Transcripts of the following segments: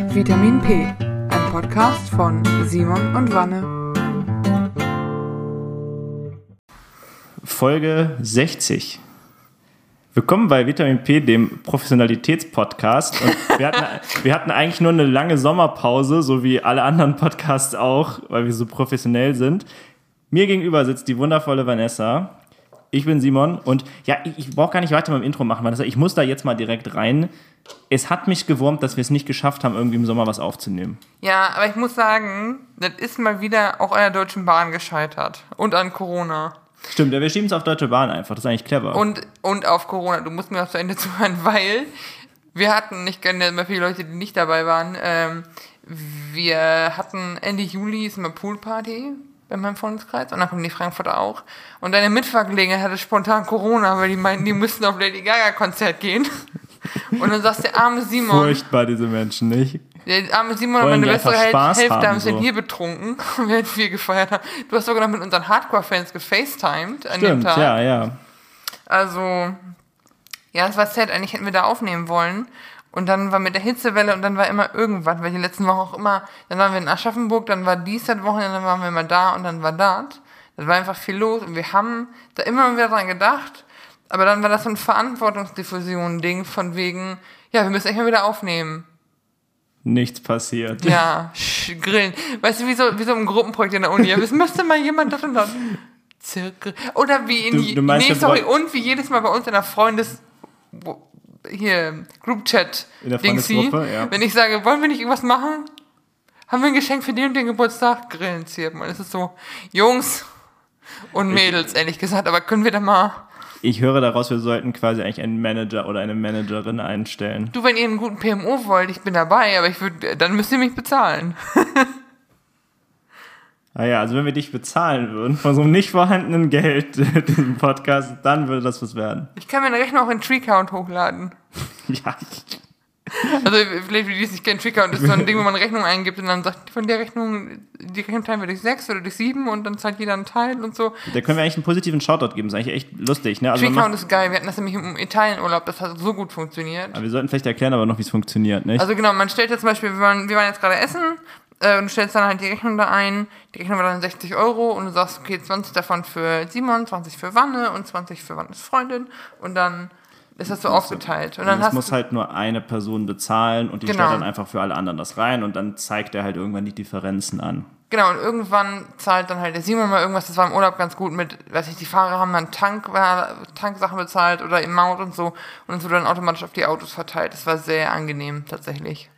Vitamin P, ein Podcast von Simon und Wanne. Folge 60. Willkommen bei Vitamin P, dem Professionalitätspodcast. Und wir hatten eigentlich nur eine lange Sommerpause, so wie alle anderen Podcasts auch, weil wir so professionell sind. Mir gegenüber sitzt die wundervolle Vanessa. Ich bin Simon und ja, ich brauche gar nicht weiter mit dem Intro machen, Vanessa. Ich muss da jetzt mal direkt rein. Es hat mich gewurmt, dass wir es nicht geschafft haben, irgendwie im Sommer was aufzunehmen. Ja, aber ich muss sagen, das ist mal wieder auch an der Deutschen Bahn gescheitert. Und an Corona. Stimmt, ja, wir schieben es auf Deutsche Bahn einfach. Das ist eigentlich clever. Und auf Corona. Du musst mir auch zu Ende zuhören, weil wir hatten, ich kenne immer viele Leute, die nicht dabei waren, wir hatten Ende Juli ist immer Poolparty bei meinem Freundeskreis und dann kommen die Frankfurter auch. Und deine Mitfahrgelegenheit hatte spontan Corona, weil die meinten, die müssten auf Lady Gaga Konzert gehen. Und dann sagst der arme Simon. Furchtbar, diese Menschen, nicht? Der arme Simon und meine bessere Hälfte haben so Bier betrunken, während wir gefeiert haben. Du hast sogar noch mit unseren Hardcore-Fans gefacetimed an dem Tag. Ja. Also, ja, es war sad. Eigentlich hätten wir da aufnehmen wollen. Und dann war mit der Hitzewelle und dann war immer irgendwas, weil die letzten Wochen auch immer, dann waren wir in Aschaffenburg, dann war dies das Wochenende, dann waren wir mal da und dann war das. Das war einfach viel los und wir haben da immer wieder dran gedacht, aber dann war das so ein Verantwortungsdiffusion-Ding von wegen, ja, wir müssen echt mal wieder aufnehmen. Nichts passiert. Ja, grillen. Weißt du, wie so im Gruppenprojekt in der Uni, ja, es müsste mal jemand das und das. Zirkel. Oder wie und wie jedes Mal bei uns in der Group-Chat in der Freundesgruppe, ja. Wenn ich sage, wollen wir nicht irgendwas machen? Haben wir ein Geschenk für den und den Geburtstag? Grillen zirpen. Und es ist so, Jungs und Mädels, ehrlich gesagt, aber können wir da mal... Ich höre daraus, wir sollten quasi eigentlich einen Manager oder eine Managerin einstellen. Du, wenn ihr einen guten PMO wollt, ich bin dabei, aber dann müsst ihr mich bezahlen. Ja, also wenn wir dich bezahlen würden, von so einem nicht vorhandenen Geld, diesem Podcast, dann würde das was werden. Ich kann mir eine Rechnung auch in TreeCount hochladen. Ja. Also vielleicht, wie die es nicht kennen, TreeCount ist so ein Ding, wo man Rechnung eingibt und dann sagt, von der Rechnung, die Rechnung teilen wir durch 6 oder durch 7 und dann zahlt jeder einen Teil und so. Da können wir eigentlich einen positiven Shoutout geben, das ist eigentlich echt lustig. Ne? Also TreeCount ist geil, wir hatten das nämlich im Italienurlaub, das hat so gut funktioniert. Aber wir sollten vielleicht erklären aber noch, wie es funktioniert, nicht? Also genau, man stellt jetzt zum Beispiel, wir waren jetzt gerade essen, und du stellst dann halt die Rechnung da ein, die Rechnung war dann 60 € und du sagst, okay, 20 davon für Simon, 20 für Wanne und 20 für Wannes Freundin und dann ist das so aufgeteilt. Und dann muss halt nur eine Person bezahlen und die stellt dann einfach für alle anderen das rein und dann zeigt er halt irgendwann die Differenzen an. Genau, und irgendwann zahlt dann halt der Simon mal irgendwas, das war im Urlaub ganz gut mit, weiß ich, die Fahrer haben dann Tanksachen bezahlt oder im Maut und so und es wurde dann automatisch auf die Autos verteilt. Das war sehr angenehm tatsächlich.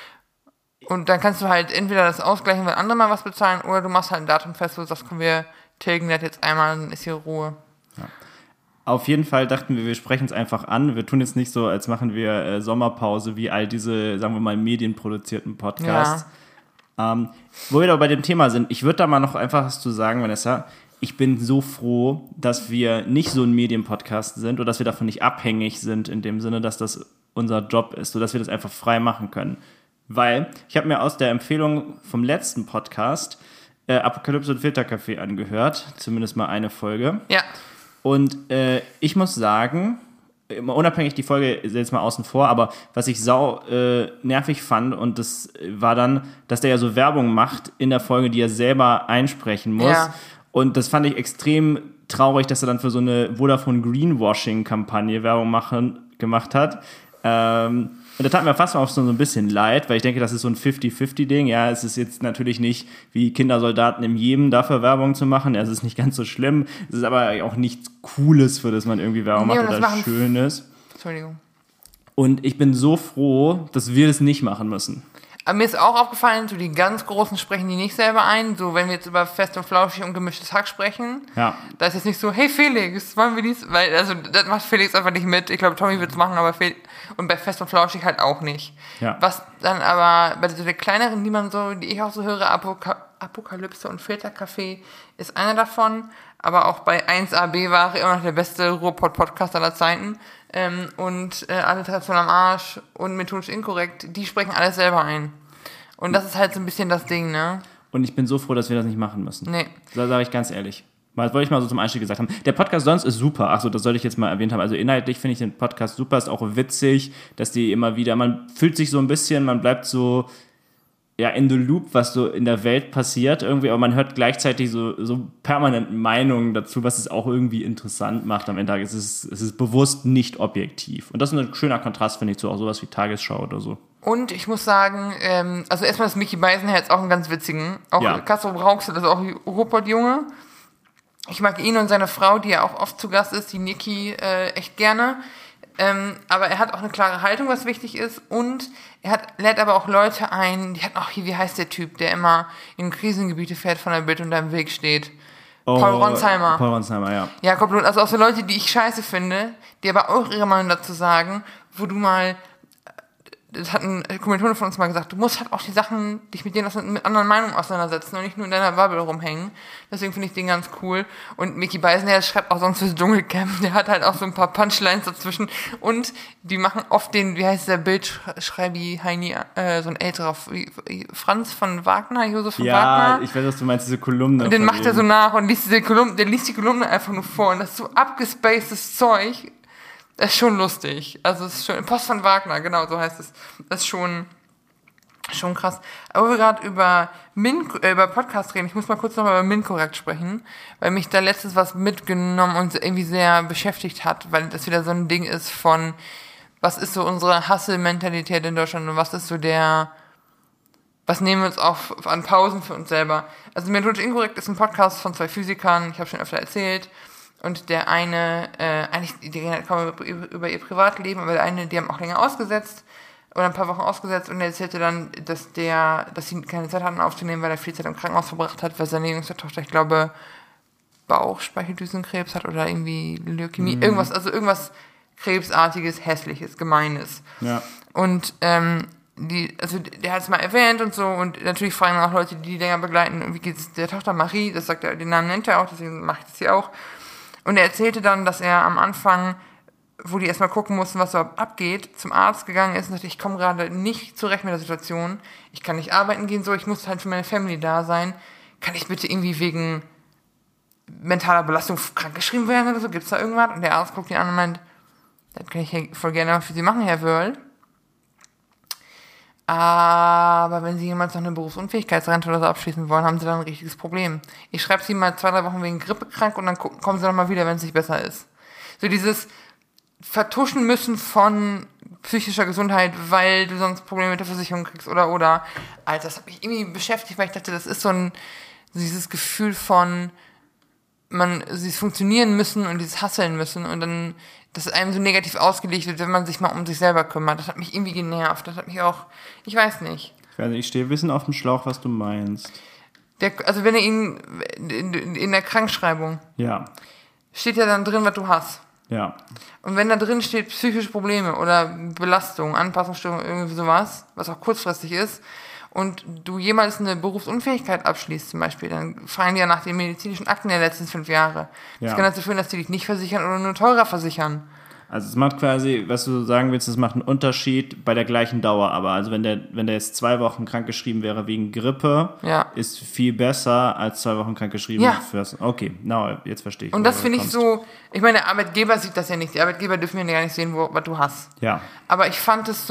Und dann kannst du halt entweder das ausgleichen, wenn andere mal was bezahlen, oder du machst halt ein Datum fest, wo du sagst, komm, wir tilgen das jetzt einmal, dann ist hier Ruhe. Ja. Auf jeden Fall dachten wir sprechen es einfach an. Wir tun jetzt nicht so, als machen wir Sommerpause wie all diese, sagen wir mal, medienproduzierten Podcasts. Ja. Wo wir da bei dem Thema sind, ich würde da mal noch einfach was zu sagen, Vanessa. Ich bin so froh, dass wir nicht so ein Medienpodcast sind oder dass wir davon nicht abhängig sind, in dem Sinne, dass das unser Job ist, sodass wir das einfach frei machen können. Weil ich habe mir aus der Empfehlung vom letzten Podcast Apokalypse und Filterkaffee angehört, zumindest mal eine Folge. Ja. Und ich muss sagen, unabhängig die Folge ist jetzt mal außen vor, aber was ich nervig fand, und das war dann, dass der ja so Werbung macht in der Folge, die er selber einsprechen muss. Ja. Und das fand ich extrem traurig, dass er dann für so eine Vodafone Greenwashing-Kampagne Werbung gemacht hat. Und das tat mir fast auch so ein bisschen leid, weil ich denke, das ist so ein 50-50-Ding. Ja, es ist jetzt natürlich nicht wie Kindersoldaten im Jemen dafür Werbung zu machen. Es ist nicht ganz so schlimm. Es ist aber auch nichts Cooles, für das man irgendwie Werbung macht oder Schönes. Entschuldigung. Und ich bin so froh, dass wir das nicht machen müssen. Aber mir ist auch aufgefallen, so die ganz Großen sprechen die nicht selber ein. So, wenn wir jetzt über Fest und Flauschig und gemischtes Hack sprechen, da ist jetzt nicht so, hey Felix, wollen wir dies? Weil, also, das macht Felix einfach nicht mit. Ich glaube, Tommy wird es machen, aber und bei Fest und Flauschig halt auch nicht. Ja. Was dann aber bei so der kleineren, die ich auch so höre, Apokalypse und Filterkaffee ist einer davon. Aber auch bei 1AB war immer noch der beste Ruhrpott-Podcast aller Zeiten. Und Alliteration am Arsch und methodisch inkorrekt, die sprechen alles selber ein. Und das ist halt so ein bisschen das Ding, ne? Und ich bin so froh, dass wir das nicht machen müssen. Nee. Da sage ich ganz ehrlich. Das wollte ich mal so zum Einstieg gesagt haben. Der Podcast sonst ist super. Achso, das sollte ich jetzt mal erwähnt haben. Also inhaltlich finde ich den Podcast super. Ist auch witzig, dass die immer wieder, man fühlt sich so ein bisschen, man bleibt so in the loop, was so in der Welt passiert irgendwie, aber man hört gleichzeitig so permanent Meinungen dazu, was es auch irgendwie interessant macht am Ende. Es ist bewusst nicht objektiv. Und das ist ein schöner Kontrast, finde ich, zu auch sowas wie Tagesschau oder so. Und ich muss sagen, also erstmal ist Micky Beisenherz auch einen ganz witzigen. Auch Castro Brauxel ist auch Ruhrpott-Junge. Ich mag ihn und seine Frau, die ja auch oft zu Gast ist, die Niki, echt gerne. Aber er hat auch eine klare Haltung, was wichtig ist. Und er lädt aber auch Leute ein, die hatten auch hier, wie heißt der Typ, der immer in Krisengebiete fährt von der Bild und da im Weg steht? Paul Ronsheimer. Paul Ronsheimer, ja. Ja, komplett. Also auch so Leute, die ich scheiße finde, die aber auch ihre Meinung dazu sagen, wo du mal, das hat ein Kommilitone von uns mal gesagt, du musst halt auch die Sachen, dich mit anderen Meinungen auseinandersetzen und nicht nur in deiner Bubble rumhängen. Deswegen finde ich den ganz cool. Und Micky Beisenherz schreibt auch sonst fürs Dschungelcamp, der hat halt auch so ein paar Punchlines dazwischen. Und die machen oft den, wie heißt der Bildschreibi Heini, so ein älterer, Franz von Wagner, Josef von Wagner. Ja, ich weiß, was du meinst, diese Kolumne. Und den macht er so nach und liest die Kolumne einfach nur vor. Und das ist so abgespacedes Zeug. Das ist schon lustig. Also es ist schon, Post von Wagner, genau, so heißt es. Das ist schon krass. Aber wir gerade über Podcast reden, ich muss mal kurz nochmal über MINT-Korrekt sprechen, weil mich da letztens was mitgenommen und irgendwie sehr beschäftigt hat, weil das wieder so ein Ding ist von, was ist so unsere Hustle-Mentalität in Deutschland und was ist so was nehmen wir uns auf an Pausen für uns selber. Also Methodisch Inkorrekt ist ein Podcast von 2 Physikern, ich habe schon öfter erzählt. Und der eine, die reden kaum über ihr Privatleben, aber der eine, die haben auch länger ausgesetzt, oder ein paar Wochen ausgesetzt, und er erzählte dann, dass sie keine Zeit hatten aufzunehmen, weil er viel Zeit im Krankenhaus verbracht hat, weil seine jüngste Tochter, ich glaube, Bauchspeicheldrüsenkrebs hat oder irgendwie Leukämie, irgendwas Krebsartiges, Hässliches, Gemeines. Ja. Und der hat es mal erwähnt und so, und natürlich fragen auch Leute, die länger begleiten, wie geht es der Tochter Marie, das sagt er, den Namen nennt er auch, deswegen mache ich das hier auch. Und er erzählte dann, dass er am Anfang, wo die erstmal gucken mussten, was überhaupt abgeht, zum Arzt gegangen ist und sagte, ich komme gerade nicht zurecht mit der Situation, ich kann nicht arbeiten gehen, so, ich muss halt für meine Family da sein, kann ich bitte irgendwie wegen mentaler Belastung krankgeschrieben werden oder so, gibt's da irgendwas? Und der Arzt guckt ihn an und meint, das kann ich ja voll gerne für Sie machen, Herr Wörl. Aber wenn Sie jemals noch eine Berufsunfähigkeitsrente oder so abschließen wollen, haben Sie dann ein richtiges Problem. Ich schreibe Sie mal 2-3 Wochen wegen Grippe krank und dann kommen Sie noch mal wieder, wenn es nicht besser ist. So dieses Vertuschen müssen von psychischer Gesundheit, weil du sonst Probleme mit der Versicherung kriegst oder. Alter, das hat mich irgendwie beschäftigt, weil ich dachte, das ist so dieses Gefühl von, sie funktionieren müssen und dieses Hasseln müssen und dann, dass einem so negativ ausgelegt wird, wenn man sich mal um sich selber kümmert. Das hat mich irgendwie genervt. Das hat mich auch, ich weiß nicht. Ich stehe ein bisschen auf dem Schlauch, was du meinst. Also wenn er ihn in der Krankschreibung steht ja dann drin, was du hast. Ja. Und wenn da drin steht psychische Probleme oder Belastung, Anpassungsstörung, irgendwie sowas, was auch kurzfristig ist, und du jemals eine Berufsunfähigkeit abschließt zum Beispiel, dann fragen die ja nach den medizinischen Akten der letzten 5 Jahre. Das kann dazu führen, dass die dich nicht versichern oder nur teurer versichern. Also es macht quasi, was du sagen willst, es macht einen Unterschied bei der gleichen Dauer. Aber also wenn der jetzt 2 Wochen krankgeschrieben wäre wegen Grippe, ist viel besser als 2 Wochen krankgeschrieben fürs. Okay, jetzt verstehe ich. Und das finde ich so, ich meine, der Arbeitgeber sieht das ja nicht. Die Arbeitgeber dürfen ja gar nicht sehen, was du hast. Ja. Aber ich fand es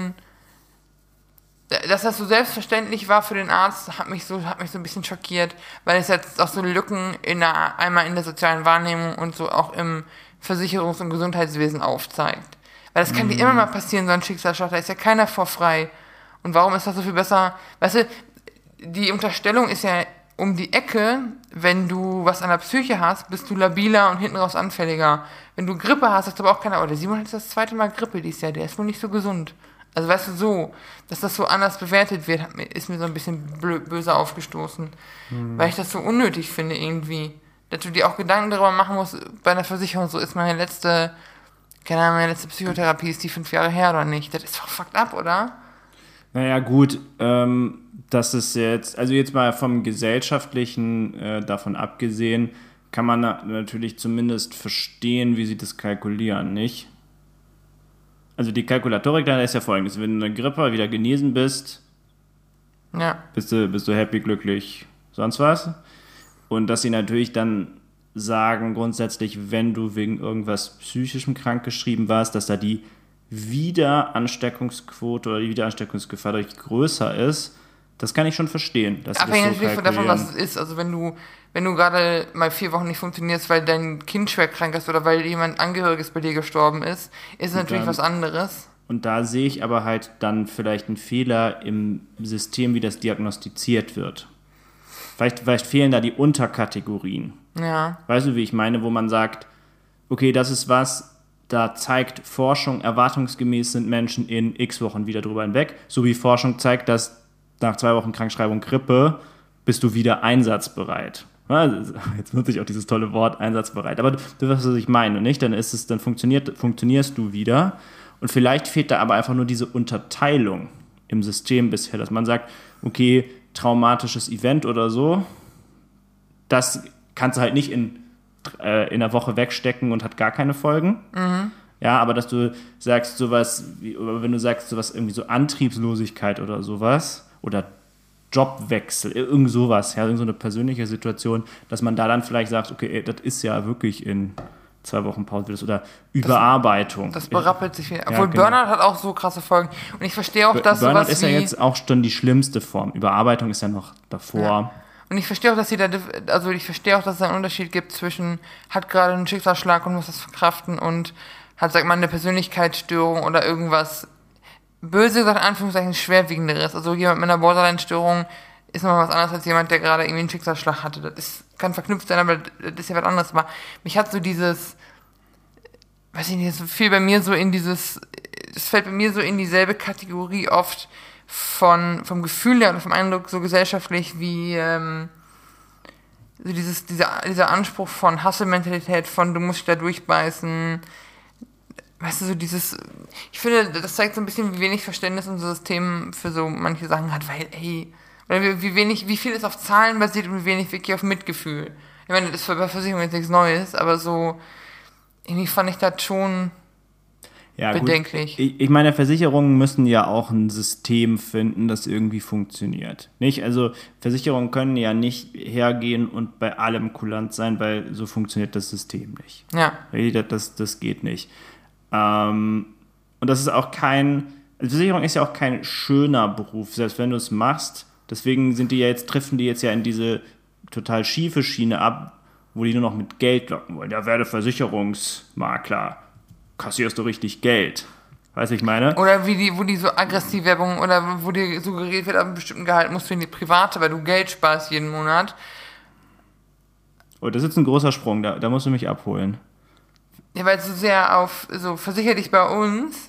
dass das so selbstverständlich war für den Arzt, hat mich so ein bisschen schockiert, weil es jetzt auch so Lücken einmal in der sozialen Wahrnehmung und so auch im Versicherungs- und Gesundheitswesen aufzeigt. Weil das kann dir immer mal passieren, so ein Schicksalsschlag, da ist ja keiner vor frei. Und warum ist das so viel besser? Weißt du, die Unterstellung ist ja um die Ecke, wenn du was an der Psyche hast, bist du labiler und hinten raus anfälliger. Wenn du Grippe hast, sagt aber auch keiner, der Simon hat das 2. Mal Grippe dieses Jahr, der ist wohl nicht so gesund. Also weißt du, so, dass das so anders bewertet wird, ist mir so ein bisschen böse aufgestoßen. Weil ich das so unnötig finde irgendwie. Dass du dir auch Gedanken darüber machen musst, bei einer Versicherung, so ist meine letzte Psychotherapie, ist die 5 Jahre her oder nicht? Das ist doch fucked up, oder? Naja, gut, das ist jetzt mal vom Gesellschaftlichen davon abgesehen, kann man natürlich zumindest verstehen, wie sie das kalkulieren, nicht? Also die Kalkulatorik da ist ja folgendes: Wenn du eine Grippe wieder genesen bist, bist du happy, glücklich, sonst was. Und dass sie natürlich dann sagen grundsätzlich, wenn du wegen irgendwas psychischem krankgeschrieben warst, dass da die Wiederansteckungsquote oder die Wiederansteckungsgefahr deutlich größer ist. Das kann ich schon verstehen. Dass abhängig natürlich davon, was es ist. Also wenn du gerade mal 4 Wochen nicht funktionierst, weil dein Kind schwer krank ist oder weil jemand Angehöriges bei dir gestorben ist es natürlich was anderes. Und da sehe ich aber halt dann vielleicht einen Fehler im System, wie das diagnostiziert wird. Vielleicht fehlen da die Unterkategorien. Ja. Weißt du, wie ich meine, wo man sagt, okay, das ist was, da zeigt Forschung, erwartungsgemäß sind Menschen in x Wochen wieder drüber hinweg, so wie Forschung zeigt, dass nach 2 Wochen Krankschreibung Grippe bist du wieder einsatzbereit. Jetzt nutze ich auch dieses tolle Wort einsatzbereit, aber du weißt, was ich meine, nicht? Dann funktionierst du wieder. Und vielleicht fehlt da aber einfach nur diese Unterteilung im System bisher, dass man sagt, okay, traumatisches Event oder so, das kannst du halt nicht in einer Woche wegstecken und hat gar keine Folgen. Mhm. Ja, aber dass du sagst sowas, wenn du sagst sowas irgendwie so Antriebslosigkeit oder sowas oder Jobwechsel, irgend sowas, ja, irgend so eine persönliche Situation, dass man da dann vielleicht sagt, okay, das ist ja wirklich in 2 Wochen Pause wird oder Überarbeitung. Das berappelt sich wieder. Obwohl genau. Burnout hat auch so krasse Folgen. Und ich verstehe auch, dass Burnout ist ja jetzt auch schon die schlimmste Form. Überarbeitung ist ja noch davor. Ja. Und ich verstehe auch, dass es einen Unterschied gibt zwischen hat gerade einen Schicksalsschlag und muss das verkraften und hat, sag mal, eine Persönlichkeitsstörung oder irgendwas, böse gesagt, in Anführungszeichen, schwerwiegenderes. Also jemand mit einer Borderline-Störung ist nochmal was anderes als jemand, der gerade irgendwie einen Schicksalsschlag hatte. Kann verknüpft sein, aber das ist ja was anderes. Aber mich hat so dieses, weiß ich nicht, es fällt bei mir so in dieselbe Kategorie oft vom Gefühl her oder vom Eindruck so gesellschaftlich wie so dieser Anspruch von Hustle-Mentalität, von du musst dich da durchbeißen. Weißt du, so dieses, ich finde, das zeigt so ein bisschen, wie wenig Verständnis unser System für so manche Sachen hat, weil, wie viel ist auf Zahlen basiert und wie wenig wirklich auf Mitgefühl. Ich meine, das ist bei Versicherungen jetzt nichts Neues, aber so, irgendwie fand ich das schon bedenklich. Gut. Ich meine, Versicherungen müssen ja auch ein System finden, das irgendwie funktioniert. Nicht? Also Versicherungen können ja nicht hergehen und bei allem kulant sein, weil so funktioniert das System nicht. Ja. Das geht nicht. Und das ist auch Versicherung ist ja auch kein schöner Beruf, selbst wenn du es machst. Deswegen treffen die jetzt ja in diese total schiefe Schiene ab, wo die nur noch mit Geld locken wollen. Ja, werde Versicherungsmakler, kassierst du richtig Geld. Weißt du, ich meine? Oder wo die so aggressiv Werbung oder wo dir suggeriert wird, ab einem bestimmten Gehalt musst du in die Private, weil du Geld sparst jeden Monat. Oh, das ist jetzt ein großer Sprung, da musst du mich abholen. Ja, weil so sehr auf, so versicher dich bei uns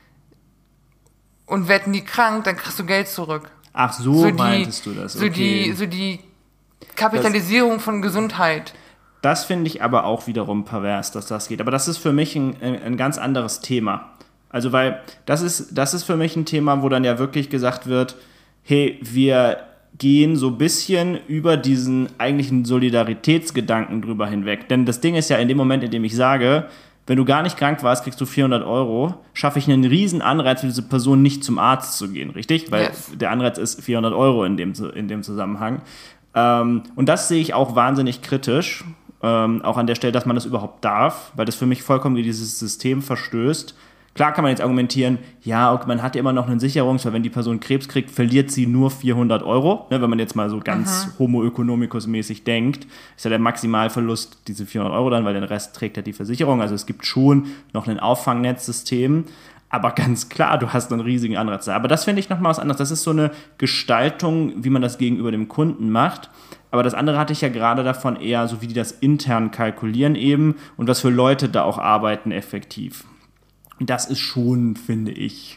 und werden die krank, dann kriegst du Geld zurück. Ach, so meintest du das, okay. So die Kapitalisierung von Gesundheit. Das finde ich aber auch wiederum pervers, dass das geht. Aber das ist für mich ein ganz anderes Thema. Also, weil das ist für mich ein Thema, wo dann ja wirklich gesagt wird, hey, wir gehen so ein bisschen über diesen eigentlichen Solidaritätsgedanken drüber hinweg. Denn das Ding ist ja, in dem Moment, in dem ich sage, wenn du gar nicht krank warst, kriegst du 400 €, schaffe ich einen riesen Anreiz für diese Person, nicht zum Arzt zu gehen, richtig? Weil der Anreiz ist 400 € in dem Zusammenhang. Und das sehe ich auch wahnsinnig kritisch, auch an der Stelle, dass man das überhaupt darf, weil das für mich vollkommen gegen dieses System verstößt. Klar kann man jetzt argumentieren, ja, okay, man hat ja immer noch einen weil wenn die Person Krebs kriegt, verliert sie nur 400 €. Ne, wenn man jetzt mal so ganz Homo economicus-mäßig denkt, ist ja der Maximalverlust diese 400 € dann, weil den Rest trägt ja die Versicherung. Also es gibt schon noch ein Auffangnetzsystem. Aber ganz klar, du hast einen riesigen Anreiz da. Aber das finde ich nochmal was anderes. Das ist so eine Gestaltung, wie man das gegenüber dem Kunden macht. Aber das andere hatte ich ja gerade davon eher, so wie die das intern kalkulieren eben und was für Leute da auch arbeiten effektiv. Das ist schon, finde ich,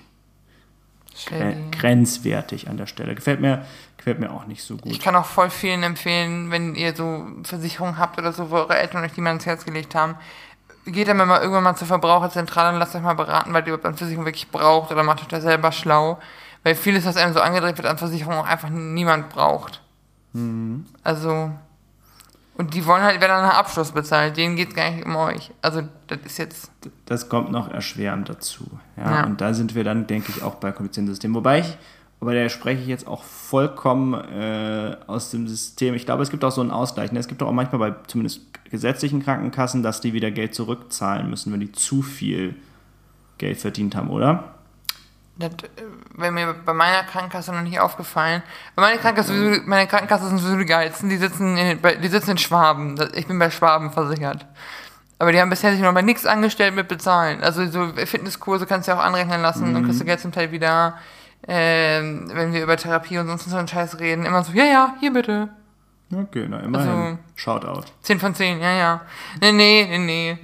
grenzwertig an der Stelle. Gefällt mir auch nicht so gut. Ich kann auch voll vielen empfehlen, wenn ihr so Versicherungen habt oder so, wo eure Eltern euch die mal ins Herz gelegt haben, geht dann mal irgendwann mal zur Verbraucherzentrale und lasst euch mal beraten, weil ihr überhaupt eine Versicherung wirklich braucht oder macht euch da selber schlau. Weil vieles, was einem so angedreht wird an Versicherungen, auch einfach niemand braucht. Mhm. Also, und die wollen halt, wer dann einen Abschluss bezahlt, denen geht es gar nicht um euch. Also, das ist jetzt... Das kommt noch erschwerend dazu. Ja. Und da sind wir dann, denke ich, auch bei komplizierten Systemen. Wobei ich aber der spreche ich jetzt auch vollkommen aus dem System. Ich glaube, es gibt auch so einen Ausgleich. Ne? Es gibt auch manchmal bei zumindest gesetzlichen Krankenkassen, dass die wieder Geld zurückzahlen müssen, wenn die zu viel Geld verdient haben, oder? Das wäre mir bei meiner Krankenkasse noch nicht aufgefallen. Meine Krankenkasse sind sowieso die geilsten. Die sitzen in Schwaben. Ich bin bei Schwaben versichert. Aber die haben bisher sich noch bei nichts angestellt mit bezahlen. Also so Fitnesskurse kannst du ja auch anrechnen lassen und kriegst du Geld zum Teil wieder. Wenn wir über Therapie und sonst so einen Scheiß reden, immer so, ja, hier bitte. Okay, na immerhin. Also, Shoutout. 10 von 10, ja. Nee.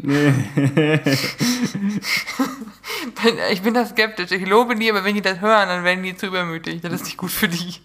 Ich bin da skeptisch. Ich lobe die, aber wenn die das hören, dann werden die zu übermütig. Das ist nicht gut für die.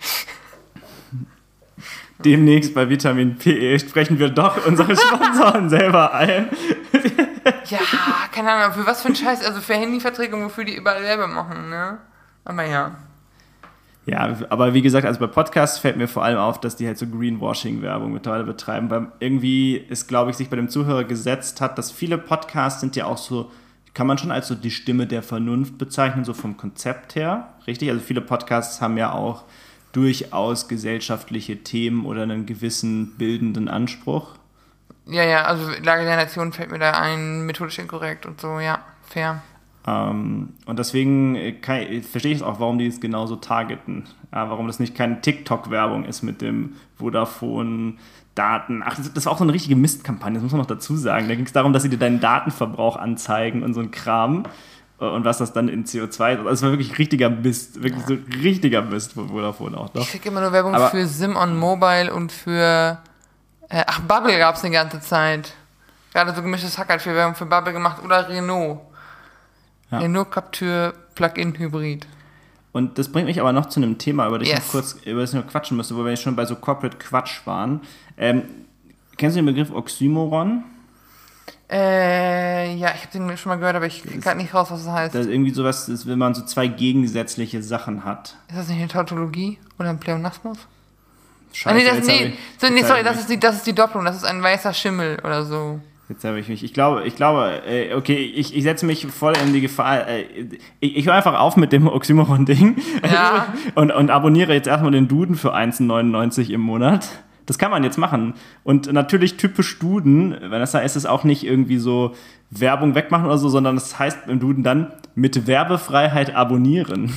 Demnächst bei Vitamin P sprechen wir doch unsere Sponsoren selber ein. Ja, keine Ahnung, für was für ein Scheiß, also für Handyverträge, wofür die überall Werbe machen, ne? Aber ja. Ja, aber wie gesagt, also bei Podcasts fällt mir vor allem auf, dass die halt so Greenwashing-Werbung mittlerweile betreiben, weil irgendwie ist, glaube ich, sich bei dem Zuhörer gesetzt hat, dass viele Podcasts sind ja auch so, kann man schon als so die Stimme der Vernunft bezeichnen, so vom Konzept her, richtig? Also viele Podcasts haben ja auch durchaus gesellschaftliche Themen oder einen gewissen bildenden Anspruch. Ja, also Lage der Nation fällt mir da ein, methodisch inkorrekt und so, ja, fair. Und deswegen verstehe ich es auch, warum die es genauso targeten. Ja, warum das nicht keine TikTok-Werbung ist mit dem Vodafone-Daten. Ach, das war auch so eine richtige Mistkampagne, das muss man noch dazu sagen. Da ging es darum, dass sie dir deinen Datenverbrauch anzeigen und so ein Kram. Und was das dann in CO2 ist. Also es war wirklich richtiger Mist. Wirklich so richtiger Mist von Vodafone auch. Doch. Ich kriege immer nur Werbung für SIM on Mobile und für... Bubble gab es eine ganze Zeit. Gerade so gemischtes Hack hat viel Werbung für Bubble gemacht. Oder Renault. Ja. Renault Captur Plug-in Hybrid. Und das bringt mich aber noch zu einem Thema, über das ich noch quatschen müsste, wo wir schon bei so Corporate Quatsch waren. Kennst du den Begriff Oxymoron? Ja, ich habe den schon mal gehört, aber ich kriege gerade nicht raus, was das heißt. Das ist irgendwie sowas, ist, wenn man so zwei gegensätzliche Sachen hat. Ist das nicht eine Tautologie oder ein Pleonasmus? Scheiße, das ist die Doppelung, das ist ein weißer Schimmel oder so. Jetzt habe ich mich, ich glaube, okay, ich setze mich voll in die Gefahr, ich höre einfach auf mit dem Oxymoron-Ding und abonniere jetzt erstmal den Duden für 1,99 im Monat. Das kann man jetzt machen. Und natürlich typisch Duden, wenn das heißt, ist es auch nicht irgendwie so Werbung wegmachen oder so, sondern das heißt im Duden dann mit Werbefreiheit abonnieren.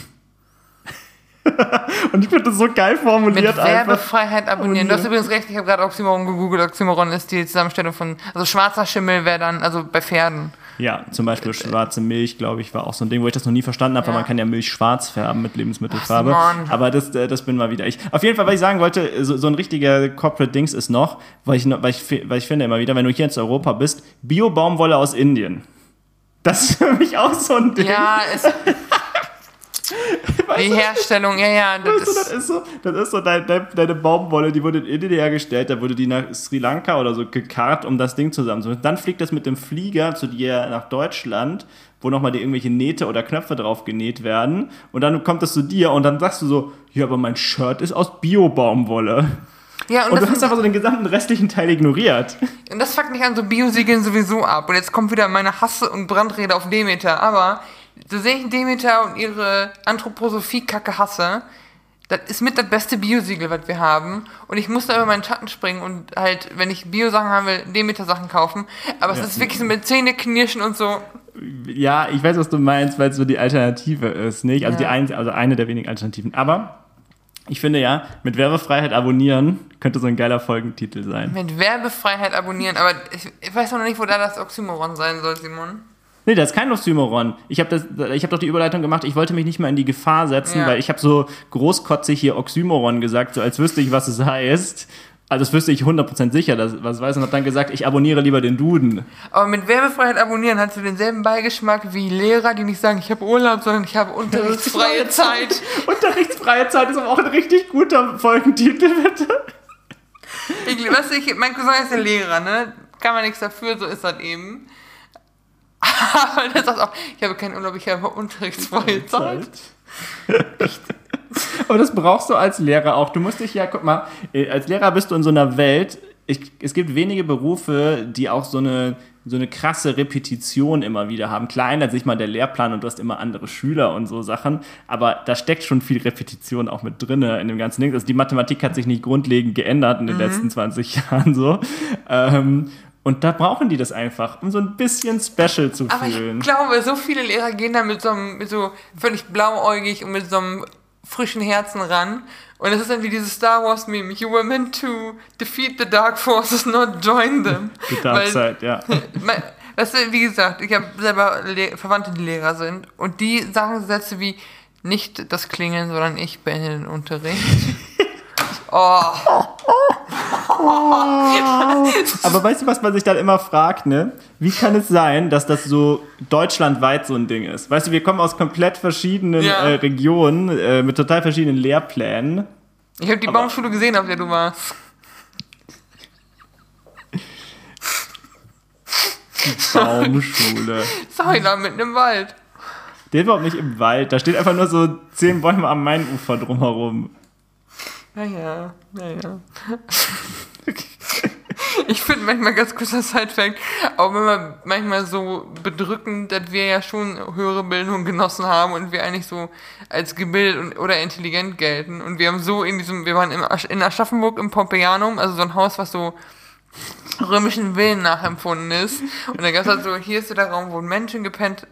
Und ich finde das so geil formuliert. Mit Werbefreiheit abonnieren. Du hast übrigens recht, ich habe gerade Oxymoron gegoogelt. Oxymoron ist die Zusammenstellung von, also schwarzer Schimmel wäre dann, also bei Pferden. Ja, zum Beispiel schwarze Milch, glaube ich, war auch so ein Ding, wo ich das noch nie verstanden habe, weil man kann ja Milch schwarz färben mit Lebensmittelfarbe. Aber das bin mal wieder ich. Auf jeden Fall, was ich sagen wollte, so ein richtiger Corporate-Dings ist noch, weil ich finde immer wieder, wenn du hier in Europa bist, Bio-Baumwolle aus Indien. Das ist für mich auch so ein Ding. Ja, die Herstellung, ja. Das ist so deine Baumwolle, die wurde in Indien hergestellt, da wurde die nach Sri Lanka oder so gekarrt, um das Ding zusammenzumachen. Dann fliegt das mit dem Flieger zu dir nach Deutschland, wo nochmal dir irgendwelche Nähte oder Knöpfe drauf genäht werden. Und dann kommt das zu dir und dann sagst du so, ja, aber mein Shirt ist aus Bio-Baumwolle. Ja, und du hast einfach so den gesamten restlichen Teil ignoriert. Und das fuckt mich an so Biosiegeln sowieso ab. Und jetzt kommt wieder meine Hasse- und Brandrede auf Demeter, aber... So sehe ich Demeter und ihre Anthroposophie-Kacke hasse. Das ist mit das beste Biosiegel, was wir haben. Und ich muss da über meinen Schatten springen und halt, wenn ich Bio-Sachen haben will, Demeter-Sachen kaufen. Aber es ist wirklich so mit Zähne knirschen und so. Ja, ich weiß, was du meinst, weil es so die Alternative ist, nicht? Also eine der wenigen Alternativen. Aber ich finde ja, mit Werbefreiheit abonnieren könnte so ein geiler Folgentitel sein. Mit Werbefreiheit abonnieren, aber ich weiß noch nicht, wo da das Oxymoron sein soll, Simon. Nee, das ist kein Oxymoron. Ich hab doch die Überleitung gemacht, ich wollte mich nicht mehr in die Gefahr setzen, weil ich habe so großkotzig hier Oxymoron gesagt, so als wüsste ich, was es heißt. Also das wüsste ich 100% sicher, was es weiß, und habe dann gesagt, ich abonniere lieber den Duden. Aber mit Werbefreiheit abonnieren hast du denselben Beigeschmack wie Lehrer, die nicht sagen, ich habe Urlaub, sondern ich habe unterrichtsfreie Zeit. Unterrichtsfreie Zeit ist aber auch ein richtig guter Folgentitel, bitte. Mein Cousin ist der Lehrer, ne? Kann man nichts dafür, so ist das eben. Aber der sagt auch, ich habe keinen Urlaub, ich habe unterrichtsfreie Zeit. Echt? Aber das brauchst du als Lehrer auch. Du musst dich ja, guck mal, als Lehrer bist du in so einer Welt, es gibt wenige Berufe, die auch so eine so eine krasse Repetition immer wieder haben. Klar ändert sich mal der Lehrplan und du hast immer andere Schüler und so Sachen, aber da steckt schon viel Repetition auch mit drin in dem ganzen Ding. Also die Mathematik hat sich nicht grundlegend geändert in den letzten 20 Jahren so. Und da brauchen die das einfach, um so ein bisschen special zu fühlen. Ich glaube, so viele Lehrer gehen da mit so völlig blauäugig und mit so einem frischen Herzen ran. Und es ist dann wie dieses Star Wars Meme. You were meant to defeat the dark forces, not join them. Die Dark Side, ja. Weißt du, wie gesagt, ich habe selber Verwandte, die Lehrer sind. Und die sagen Sätze wie, nicht das Klingeln, sondern ich beende den Unterricht. Oh. Aber weißt du, was man sich dann immer fragt, ne? Wie kann es sein, dass das so deutschlandweit so ein Ding ist? Weißt du, wir kommen aus komplett verschiedenen Regionen, mit total verschiedenen Lehrplänen. Ich habe die Baumschule gesehen, auf der du warst. Die Baumschule. Sorry, da mitten im Wald. Der ist überhaupt nicht im Wald, da steht einfach nur so 10 Bäume am Mainufer drumherum. Naja. Ich finde manchmal, ganz kurzer Sidefact, auch wenn man manchmal so bedrückend, dass wir ja schon höhere Bildung genossen haben und wir eigentlich so als gebildet oder intelligent gelten. Und wir haben so wir waren in Aschaffenburg im Pompeianum, also so ein Haus, was so römischen Villen nachempfunden ist. Und dann gab es halt so, hier ist so der Raum, wo Menschen gepennt,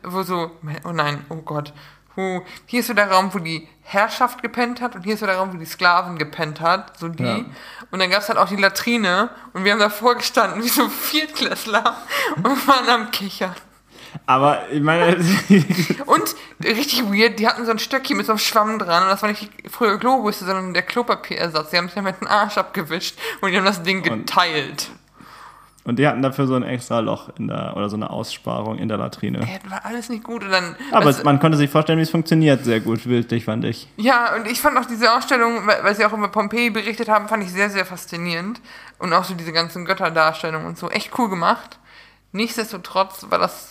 hier ist so der Raum, wo die Herrschaft gepennt hat und hier ist so der Raum, wo die Sklaven gepennt hat, so die. Ja. Und dann gab es halt auch die Latrine und wir haben davor gestanden wie so Viertklässler und waren am Kichern. Aber ich meine... Und richtig weird, die hatten so ein Stöckchen mit so einem Schwamm dran und das war nicht die frühe Klobürste, sondern der Klopapierersatz. Die haben sich damit den Arsch abgewischt und die haben das Ding geteilt. Und die hatten dafür so ein extra Loch oder so eine Aussparung in der Latrine. Das war alles nicht gut. Und dann, aber man konnte sich vorstellen, wie es funktioniert. Sehr gut, bildlich fand ich. Ja, und ich fand auch diese Ausstellung, weil sie auch über Pompeji berichtet haben, fand ich sehr, sehr faszinierend. Und auch so diese ganzen Götterdarstellungen und so. Echt cool gemacht. Nichtsdestotrotz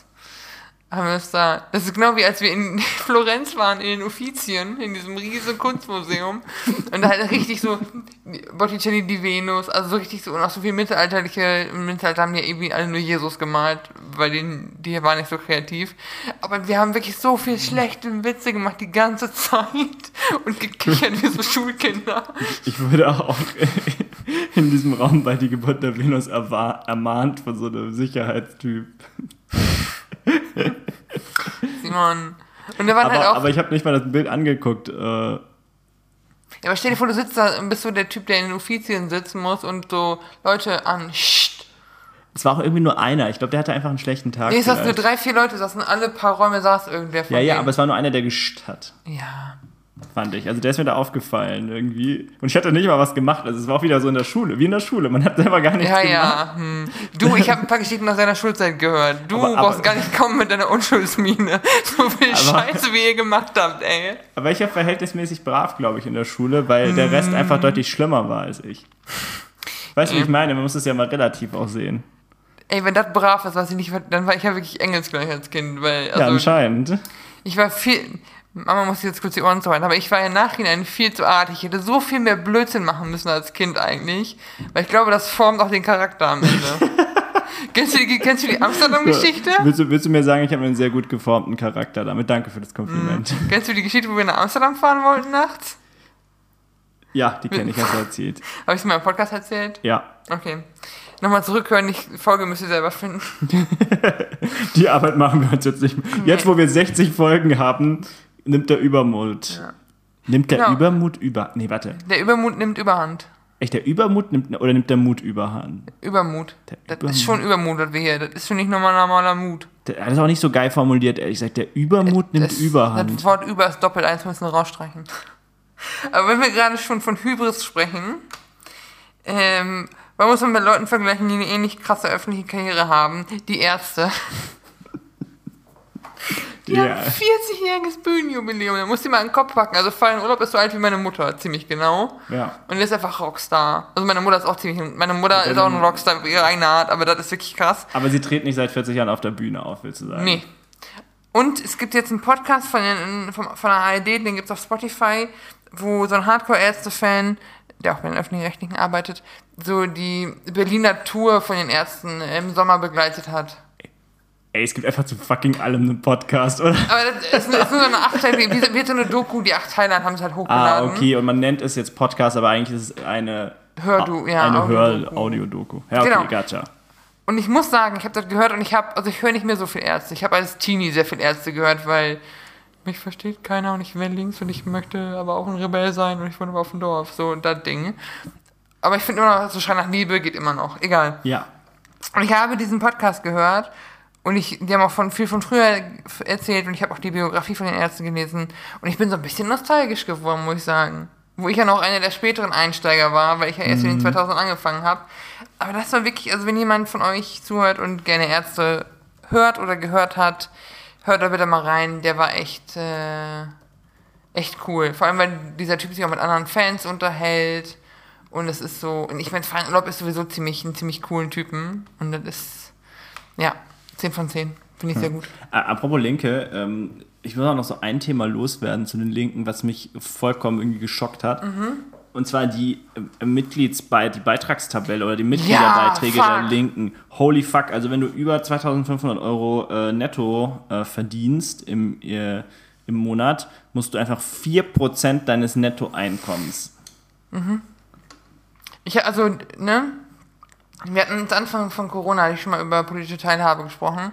das ist genau wie als wir in Florenz waren, in den Uffizien, in diesem riesigen Kunstmuseum. Und da halt richtig so Botticelli die Venus, also so richtig so, und auch so viel im Mittelalter haben ja irgendwie alle nur Jesus gemalt, weil die waren nicht so kreativ. Aber wir haben wirklich so viel schlechte Witze gemacht die ganze Zeit und gekichert wie so Schulkinder. Ich wurde auch in diesem Raum bei die Geburt der Venus ermahnt von so einem Sicherheitstyp. Simon. Und da waren halt auch. Aber ich habe nicht mal das Bild angeguckt. Ja, aber stell dir vor, du sitzt da und bist so der Typ, der in den Uffizien sitzen muss und so Leute an. Es war auch irgendwie nur einer. Ich glaube, der hatte einfach einen schlechten Tag. Nee, es saßen nur 3-4 Leute, alle paar Räume saß irgendwer von denen. Ja, aber es war nur einer, der gescht hat. Ja. Fand ich. Also der ist mir da aufgefallen irgendwie. Und ich hatte nicht mal was gemacht. Also es war auch wieder so in der Schule, wie in der Schule. Man hat selber gar nichts gemacht. Ja. Du, ich habe ein paar Geschichten aus deiner Schulzeit gehört. Du brauchst gar nicht kommen mit deiner Unschuldsmiene. So viel Scheiße, wie ihr gemacht habt, ey. Aber ich war verhältnismäßig brav, glaube ich, in der Schule, weil der Rest einfach deutlich schlimmer war als ich. Weißt du, wie ich meine? Man muss es ja mal relativ auch sehen. Ey, wenn das brav ist, was ich nicht, dann war ich ja wirklich engelsgleich als Kind. Weil, ja, anscheinend. Ich war Mama muss jetzt kurz die Ohren zuhalten, aber ich war im Nachhinein viel zu artig. Ich hätte so viel mehr Blödsinn machen müssen als Kind eigentlich, weil ich glaube, das formt auch den Charakter am Ende. Kennst du die Amsterdam-Geschichte? Willst du mir sagen, ich habe einen sehr gut geformten Charakter damit? Danke für das Kompliment. Kennst du die Geschichte, wo wir nach Amsterdam fahren wollten nachts? Ja, die kenne ich, hast du erzählt. Habe ich es in meinem Podcast erzählt? Ja. Okay. Nochmal zurückhören, die Folge müsst ihr selber finden. Die Arbeit machen wir uns jetzt nicht mehr. Jetzt, wo wir 60 Folgen haben, nimmt der Übermut. Ja. Nimmt der Übermut Nee, warte. Der Übermut nimmt Überhand. Echt, der Übermut nimmt der Mut Überhand? Übermut. Das ist schon Übermut, was wir hier. Das ist schon nicht normaler Mut. Das ist auch nicht so geil formuliert, ehrlich gesagt. Der Übermut nimmt Überhand. Das Wort über ist doppelt, eins müssen wir rausstreichen. Aber wenn wir gerade schon von Hybris sprechen, man muss man mit Leuten vergleichen, die eine ähnlich krasse öffentliche Karriere haben. Die Ärzte. Die haben ein 40-jähriges Bühnenjubiläum. Da musst du mal in den Kopf packen. Also Fallen Urlaub ist so alt wie meine Mutter, ziemlich genau. Ja. Und der ist einfach Rockstar. Also meine Mutter ist auch meine Mutter ist auch ein Rockstar auf ihre eigene Art, aber das ist wirklich krass. Aber sie tritt nicht seit 40 Jahren auf der Bühne auf, willst du sagen? Nee. Und es gibt jetzt einen Podcast von der ARD, den gibt es auf Spotify, wo so ein Hardcore-Ärzte-Fan, der auch bei den Öffentlich-Rechtlichen arbeitet, so die Berliner Tour von den Ärzten im Sommer begleitet hat. Ey, es gibt einfach zu fucking allem einen Podcast, oder? Aber das ist nur so eine 8-teilige, wie so eine Doku, die 8 Teile hat, haben sie halt hochgeladen. Okay, und man nennt es jetzt Podcast, aber eigentlich ist es eine Audio-Doku. Ja, okay, genau. Gotcha. Und ich muss sagen, ich habe das gehört und ich höre nicht mehr so viel Ärzte. Ich habe als Teenie sehr viel Ärzte gehört, weil mich versteht keiner und ich will links und ich möchte aber auch ein Rebell sein und ich wohne aber auf dem Dorf, so das Ding. Aber ich finde immer noch, so Schrei nach Liebe geht immer noch, egal. Ja. Und ich habe diesen Podcast gehört und die haben auch viel von früher erzählt und ich habe auch die Biografie von den Ärzten gelesen und ich bin so ein bisschen nostalgisch geworden, muss ich sagen. Wo ich ja noch einer der späteren Einsteiger war, weil ich ja erst in den 2000 angefangen habe. Aber das war wirklich, also wenn jemand von euch zuhört und gerne Ärzte hört oder gehört hat, hört da bitte mal rein, der war echt cool. Vor allem, weil dieser Typ sich auch mit anderen Fans unterhält und es ist so, und ich meine, Frank Lob ist sowieso einen ziemlich coolen Typen und das ist, 10 von 10. Finde ich sehr gut. Apropos Linke, ich will auch noch so ein Thema loswerden zu den Linken, was mich vollkommen irgendwie geschockt hat. Und zwar die Beitragstabelle oder die Mitgliederbeiträge der Linken. Holy fuck, also wenn du über 2.500 Euro netto verdienst im Monat, musst du einfach 4% deines Nettoeinkommens. Wir hatten uns Anfang von Corona, hatte ich schon mal über politische Teilhabe gesprochen.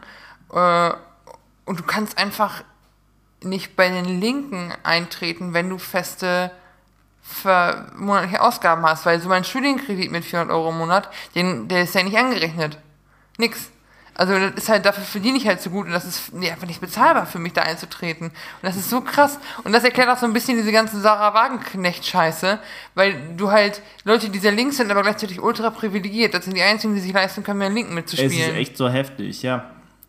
Und du kannst einfach nicht bei den Linken eintreten, wenn du feste monatliche Ausgaben hast, weil so mein Studienkredit mit 400 Euro im Monat, der ist ja nicht angerechnet. Nix. Also das ist halt, dafür verdiene ich halt so gut und das ist einfach nicht bezahlbar für mich, da einzutreten. Und das ist so krass. Und das erklärt auch so ein bisschen diese ganze Sarah Wagenknecht-Scheiße, weil du halt Leute, die sehr links sind, aber gleichzeitig ultra privilegiert, das sind die einzigen, die sich leisten können, mehr Linken mitzuspielen. Es ist echt so heftig, ja.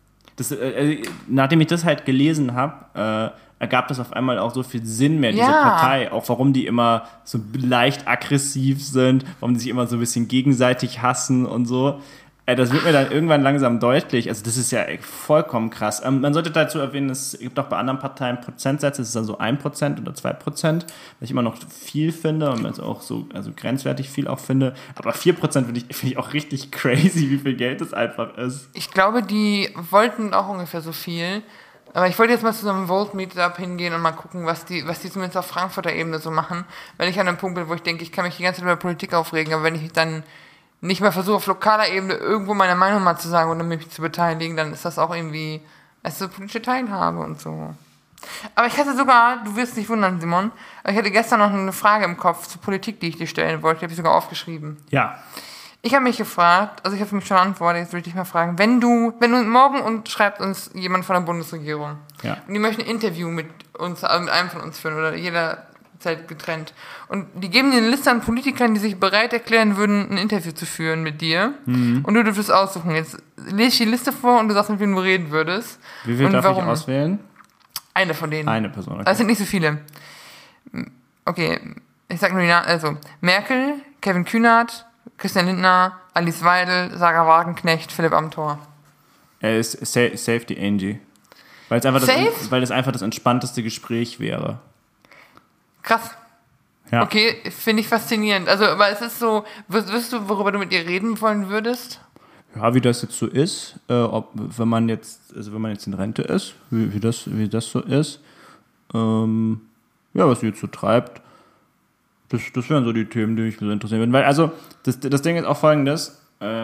Nachdem ich das halt gelesen habe, ergab das auf einmal auch so viel Sinn mehr, diese Partei. Auch warum die immer so leicht aggressiv sind, warum die sich immer so ein bisschen gegenseitig hassen und so. Das wird mir dann irgendwann langsam deutlich. Also das ist ja vollkommen krass. Man sollte dazu erwähnen, es gibt auch bei anderen Parteien Prozentsätze, das ist dann so 1% oder 2%, was ich immer noch viel finde und jetzt auch so grenzwertig viel auch finde. Aber 4% finde ich auch richtig crazy, wie viel Geld das einfach ist. Ich glaube, die wollten auch ungefähr so viel. Aber ich wollte jetzt mal zu so einem Volt-Meetup hingehen und mal gucken, was die zumindest auf Frankfurter Ebene so machen. Weil ich an einem Punkt bin, wo ich denke, ich kann mich die ganze Zeit über Politik aufregen, aber wenn ich dann nicht mehr versuche, auf lokaler Ebene irgendwo meine Meinung mal zu sagen und mich zu beteiligen, dann ist das auch irgendwie, politische Teilhabe und so. Aber ich hatte sogar, du wirst dich wundern, Simon, aber ich hatte gestern noch eine Frage im Kopf zur Politik, die ich dir stellen wollte, die habe ich sogar aufgeschrieben. Ja. Ich habe mich gefragt, also ich habe mich schon antwortet, jetzt würde ich dich mal fragen, wenn du morgen und schreibt uns jemand von der Bundesregierung und die möchten ein Interview mit einem von uns führen oder jederzeit getrennt und die geben dir eine Liste an Politikern, die sich bereit erklären würden, ein Interview zu führen mit dir und du dürftest aussuchen. Jetzt lese ich die Liste vor und du sagst, mit wem du reden würdest. Wie viel darf ich auswählen? Eine von denen. Eine Person, okay. Das sind nicht so viele. Okay, ich sag nur die Namen, also Merkel, Kevin Kühnert, Christian Lindner, Alice Weidel, Sarah Wagenknecht, Philipp Amthor. Safe die Angie. Weil es einfach das entspannteste Gespräch wäre. Krass. Ja. Okay, finde ich faszinierend. Also, aber es ist so, wirst du, worüber du mit ihr reden wollen würdest? Ja, wie das jetzt so ist, wenn man jetzt in Rente ist, wie das so ist, was sie jetzt so treibt, das wären so die Themen, die mich so interessieren würden. Weil, also, das Ding ist auch folgendes,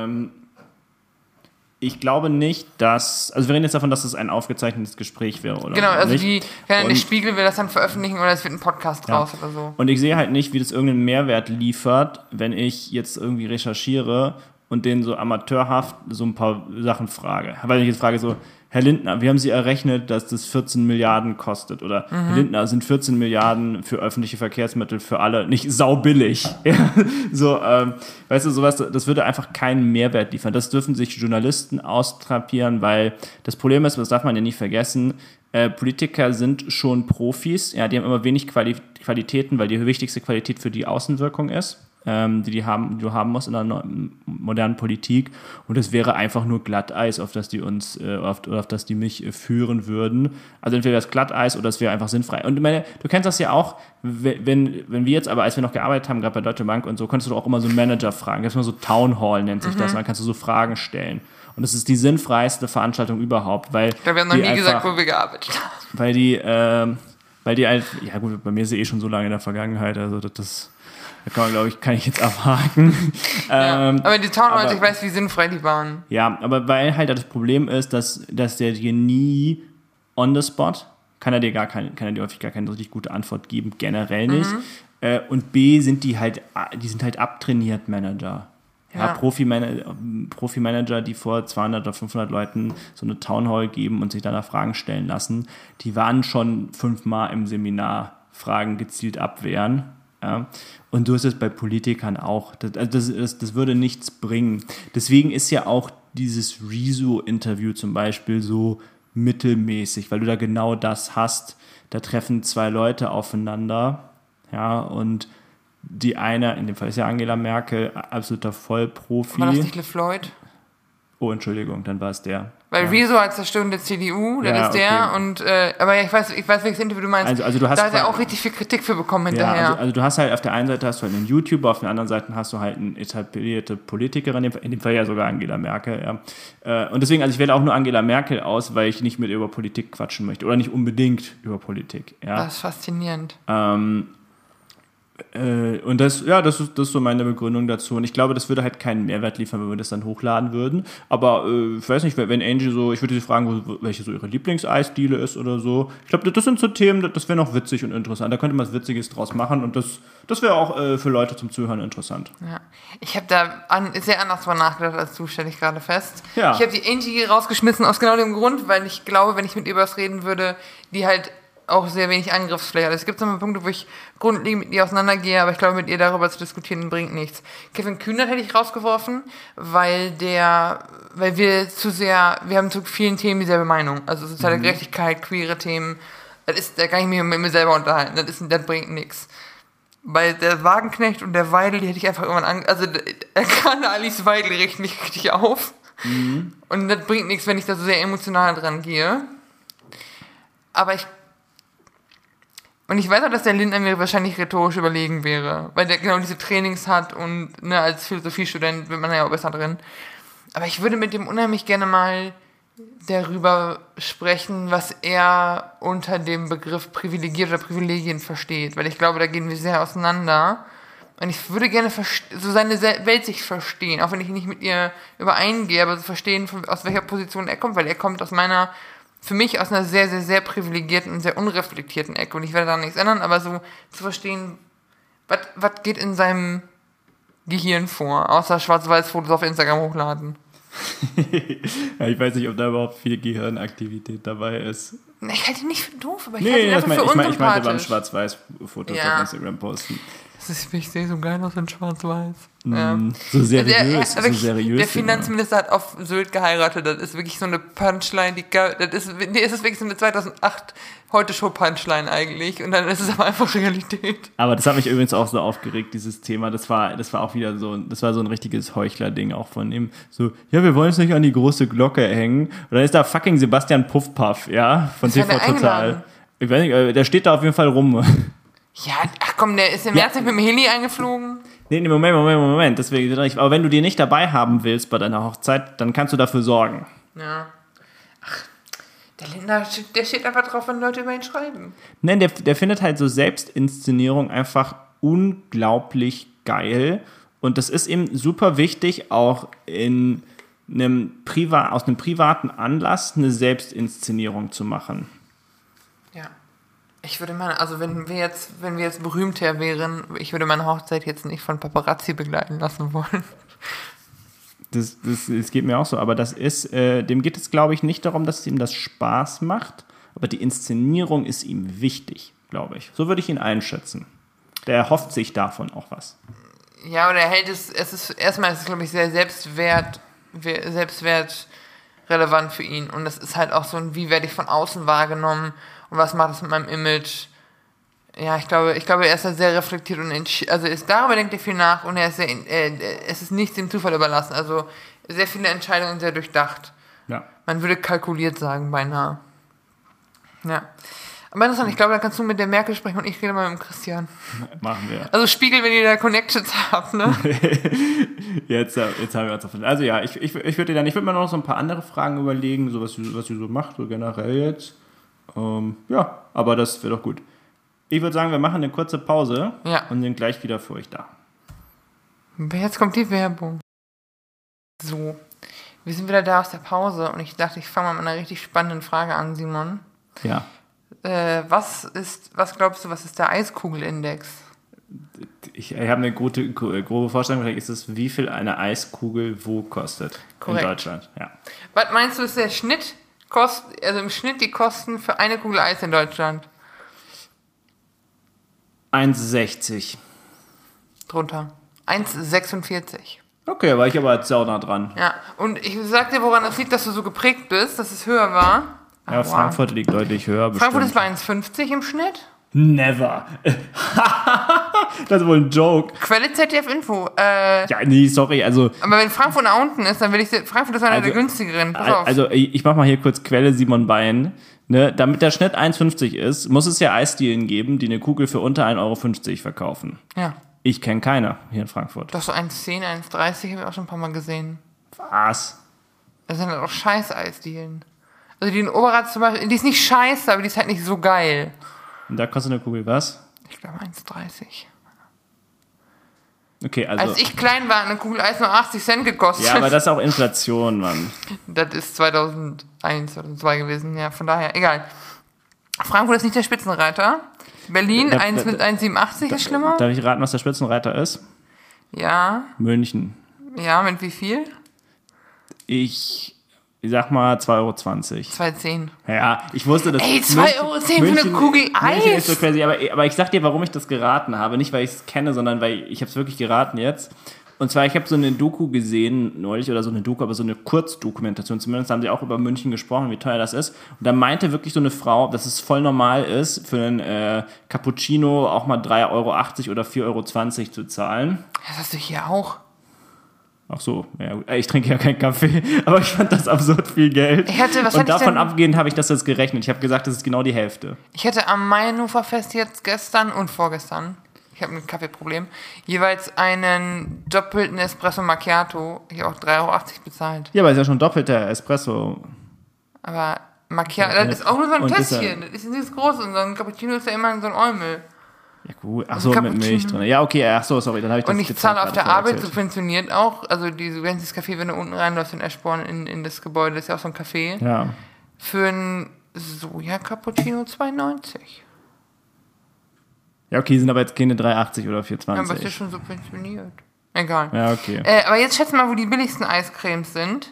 ich glaube nicht, dass, also wir reden jetzt davon, dass es ein aufgezeichnetes Gespräch wäre, oder? Genau, also der Spiegel will das dann veröffentlichen oder es wird ein Podcast raus oder so. Und ich sehe halt nicht, wie das irgendeinen Mehrwert liefert, wenn ich jetzt irgendwie recherchiere und denen so amateurhaft so ein paar Sachen frage. Weil ich jetzt frage so, Herr Lindner, wie haben Sie errechnet, dass das 14 Milliarden kostet? Oder Herr Lindner, sind 14 Milliarden für öffentliche Verkehrsmittel für alle nicht saubillig? So, weißt du, sowas, das würde einfach keinen Mehrwert liefern. Das dürfen sich Journalisten austrapieren, weil das Problem ist, das darf man ja nicht vergessen, Politiker sind schon Profis, ja, die haben immer wenig Qualitäten, weil die wichtigste Qualität für die Außenwirkung ist. die du haben musst in einer modernen Politik. Und es wäre einfach nur Glatteis, auf das die mich führen würden. Also entweder das Glatteis oder es wäre einfach sinnfrei. Und ich meine, du kennst das ja auch, wenn wir jetzt, aber als wir noch gearbeitet haben, gerade bei Deutsche Bank und so, konntest du auch immer so einen Manager fragen. Das ist immer so Town Hall, nennt sich das. Und dann kannst du so Fragen stellen. Und das ist die sinnfreiste Veranstaltung überhaupt, weil. Ich glaube, wir haben noch nie gesagt, wo wir gearbeitet haben. Weil die halt, ja gut, bei mir ist sie schon so lange in der Vergangenheit, also da kann man, glaube ich, kann ich jetzt abhaken. Aber die Town Halls, ich weiß, wie sinnfrei die waren. Ja, aber weil halt das Problem ist, dass der dir nie on the spot, kann er dir häufig gar keine richtig gute Antwort geben, generell nicht. Und B, sind die sind halt abtrainiert Manager. Ja, Profi-Manager, die vor 200 oder 500 Leuten so eine Townhall geben und sich danach Fragen stellen lassen, die waren schon 5-mal im Seminar Fragen gezielt abwehren. Ja. Und so ist es bei Politikern auch. Das würde nichts bringen. Deswegen ist ja auch dieses Rezo-Interview zum Beispiel so mittelmäßig, weil du da genau das hast. Da treffen 2 Leute aufeinander, ja, und die eine, in dem Fall ist ja Angela Merkel, absoluter Vollprofi. War das nicht LeFloid? Oh, Entschuldigung, dann war es der. Weil Rezo als Zerstören der CDU, das ist der. Und, aber ja, ich weiß, welches Interview du meinst. Also du hast da hat er auch richtig viel Kritik für bekommen hinterher. Ja, also du hast halt auf der einen Seite hast du halt einen YouTuber, auf der anderen Seite hast du halt eine etablierte Politikerin, in dem Fall ja sogar Angela Merkel. Ja. Und deswegen, also ich wähle auch nur Angela Merkel aus, weil ich nicht mit ihr über Politik quatschen möchte. Oder nicht unbedingt über Politik. Ja. Das ist faszinierend. Und das ist so meine Begründung dazu. Und ich glaube, das würde halt keinen Mehrwert liefern, wenn wir das dann hochladen würden. Aber ich weiß nicht, wenn Angie so, ich würde sie fragen, welche so ihre Lieblingseisdiele ist oder so. Ich glaube, das sind so Themen, das wäre noch witzig und interessant. Da könnte man was Witziges draus machen und das wäre auch für Leute zum Zuhören interessant. Ja. Ich habe da sehr anders drüber nachgedacht als du, stelle ich gerade fest. Ja. Ich habe die Angie rausgeschmissen aus genau dem Grund, weil ich glaube, wenn ich mit ihr was reden würde, die halt auch sehr wenig Angriffsfläche. Also es gibt so ein paar Punkte, wo ich grundlegend mit ihr auseinandergehe, aber ich glaube, mit ihr darüber zu diskutieren bringt nichts. Kevin Kühnert hätte ich rausgeworfen, weil wir haben zu vielen Themen dieselbe Meinung. Also soziale Gerechtigkeit, queere Themen, da kann ich mich mit mir selber unterhalten. Das bringt nichts. Bei der Wagenknecht und der Weidel, die hätte ich einfach irgendwann gerade Alice Weidel regt mich richtig auf. Und das bringt nichts, wenn ich da so sehr emotional dran gehe. Aber ich weiß auch, dass der Lindner mir wahrscheinlich rhetorisch überlegen wäre, weil der genau diese Trainings hat und als Philosophiestudent wird man ja auch besser drin. Aber ich würde mit dem unheimlich gerne mal darüber sprechen, was er unter dem Begriff privilegiert oder Privilegien versteht, weil ich glaube, da gehen wir sehr auseinander. Und ich würde gerne so seine Weltsicht verstehen, auch wenn ich nicht mit ihr übereingehe, aber so verstehen, aus welcher Position er kommt, weil er kommt für mich aus einer sehr, sehr, sehr privilegierten und sehr unreflektierten Ecke. Und ich werde da nichts ändern, aber so zu verstehen, was geht in seinem Gehirn vor, außer Schwarz-Weiß-Fotos auf Instagram hochladen. Ja, ich weiß nicht, ob da überhaupt viel Gehirnaktivität dabei ist. Ich halte ihn nicht für doof, aber ich halte ihn einfach für unsympathisch. Ich meinte beim Schwarz-Weiß-Fotos auf Instagram posten. Ich sehe so geil aus in Schwarz-Weiß. So seriös, Der Finanzminister hat auf Sylt geheiratet. Das ist wirklich so eine Punchline. Es ist wirklich so eine 2008 Heute-Show-Punchline eigentlich. Und dann ist es aber einfach Realität. Aber das hat mich übrigens auch so aufgeregt, dieses Thema. Das war auch wieder das war so ein richtiges Heuchler-Ding auch von ihm. So, ja, wir wollen es nicht an die große Glocke hängen. Und dann ist da fucking Sebastian Puffpaff, ja, von TV Total. Ich weiß nicht, der steht da auf jeden Fall rum. Ja, ach komm, der ist im März mit dem Heli eingeflogen. Nee, Moment. Deswegen, aber wenn du die nicht dabei haben willst bei deiner Hochzeit, dann kannst du dafür sorgen. Ja. Ach, der Lindner, der steht einfach drauf, wenn Leute über ihn schreiben. Nein, der findet halt so Selbstinszenierung einfach unglaublich geil. Und das ist ihm super wichtig, auch aus einem privaten Anlass eine Selbstinszenierung zu machen. Ja. Ich würde wenn wir jetzt berühmter wären, ich würde meine Hochzeit jetzt nicht von Paparazzi begleiten lassen wollen. Das geht mir auch so, aber dem geht es, glaube ich, nicht darum, dass es ihm das Spaß macht, aber die Inszenierung ist ihm wichtig, glaube ich. So würde ich ihn einschätzen. Der erhofft sich davon auch was. Ja, oder er hält erstmal ist es, glaube ich, sehr selbstwertrelevant für ihn. Und das ist halt auch so wie werde ich von außen wahrgenommen und was macht das mit meinem Image Ja, ich glaube, er ist da sehr reflektiert und darüber denkt er viel nach und es ist nichts dem Zufall überlassen. Also sehr viele Entscheidungen sehr durchdacht. Ja. Man würde kalkuliert sagen, beinahe. Ja. Aber interessant, ich glaube, da kannst du mit der Merkel sprechen und ich rede mal mit dem Christian. Machen wir. Also Spiegel, wenn ihr da Connections habt, ne? jetzt haben wir uns auf. Also ja, ich würde mir noch so ein paar andere Fragen überlegen, so was sie so macht, so generell jetzt. Ja, aber das wäre doch gut. Ich würde sagen, wir machen eine kurze Pause und sind gleich wieder für euch da. Jetzt kommt die Werbung. So, wir sind wieder da aus der Pause und ich dachte, ich fange mal mit einer richtig spannenden Frage an, Simon. Ja. Was glaubst du, was ist der Eiskugelindex? Ich habe eine grobe Vorstellung, vielleicht ist es, wie viel eine Eiskugel wo kostet. Korrekt. In Deutschland. Ja. Was meinst du, ist der Schnitt? Also im Schnitt die Kosten für eine Kugel Eis in Deutschland? 1,60. Drunter. 1,46. Okay, war ich aber jetzt sau nah dran. Ja, und ich sag dir, woran das liegt, dass du so geprägt bist, dass es höher war. Ja, Frankfurt liegt deutlich höher. Frankfurt ist bei 1,50 im Schnitt. Never. Das ist wohl ein Joke. Quelle ZDF Info. Ja, nee, sorry, also... Aber wenn Frankfurt nach unten ist, dann will ich... Frankfurt ist einer der günstigeren. Pass auf. Also, ich mach mal hier kurz Quelle Simon Bein. Ne, damit der Schnitt 1,50 ist, muss es ja Eisdielen geben, die eine Kugel für unter 1,50 € verkaufen. Ja. Ich kenne keine hier in Frankfurt. Doch so 1,10, 1,30 habe ich auch schon ein paar Mal gesehen. Was? Das sind halt auch scheiß Eisdielen. Also die in Oberrad zum Beispiel, die ist nicht scheiße, aber die ist halt nicht so geil. Und da kostet eine Kugel was? Ich glaube 1,30. Okay, also... Als ich klein war, hat eine Kugel Eis nur 80 Cent gekostet. Ja, aber das ist auch Inflation, Mann. Das ist 2001, 2002 gewesen, ja, von daher, egal. Frankfurt ist nicht der Spitzenreiter. Berlin, 1,87 ist schlimmer. Darf ich raten, was der Spitzenreiter ist? Ja. München. Ja, mit wie viel? Ich sag mal 2,20 €. 2,10 €. Ja, ich wusste, dass... Ey, 2,10 € für eine Kugel Eis? München ist so crazy, aber ich sag dir, warum ich das geraten habe. Nicht, weil ich es kenne, sondern weil ich habe es wirklich geraten jetzt. Und zwar, ich habe so eine Doku gesehen, neulich, oder so eine Doku, aber so eine Kurzdokumentation. Zumindest haben sie auch über München gesprochen, wie teuer das ist. Und da meinte wirklich so eine Frau, dass es voll normal ist, für einen Cappuccino auch mal 3,80 € oder 4,20 € zu zahlen. Das hast du hier auch. Ach so, ja, ich trinke ja keinen Kaffee, aber ich fand das absurd viel Geld. Und davon abgehend habe ich das jetzt gerechnet. Ich habe gesagt, das ist genau die Hälfte. Ich hatte am Mainuferfest jetzt gestern und vorgestern, ich habe ein Kaffeeproblem, jeweils einen doppelten Espresso Macchiato, ich habe auch 3,80 € bezahlt. Ja, aber ist ja schon doppelter Espresso. Aber Macchiato, das ist auch nur so ein Tässchen, das ist nichts Großes und so ein Cappuccino ist ja immer so ein Eumel. Ja gut, ach so, mit Milch drin. Ja, okay, ach so, sorry, dann habe ich das und ich zahle auf der Arbeit subventioniert auch, also du kennst das Café, wenn du unten reinläufst in Eschborn in das Gebäude, das ist ja auch so ein Café. Ja. Für ein Soja-Cappuccino 2,90. Ja, okay, sind aber jetzt keine 3,80 oder 4,20. Ja, aber ist ja schon subventioniert. Egal. Ja, okay. Aber jetzt schätze mal, wo die billigsten Eiscremes sind.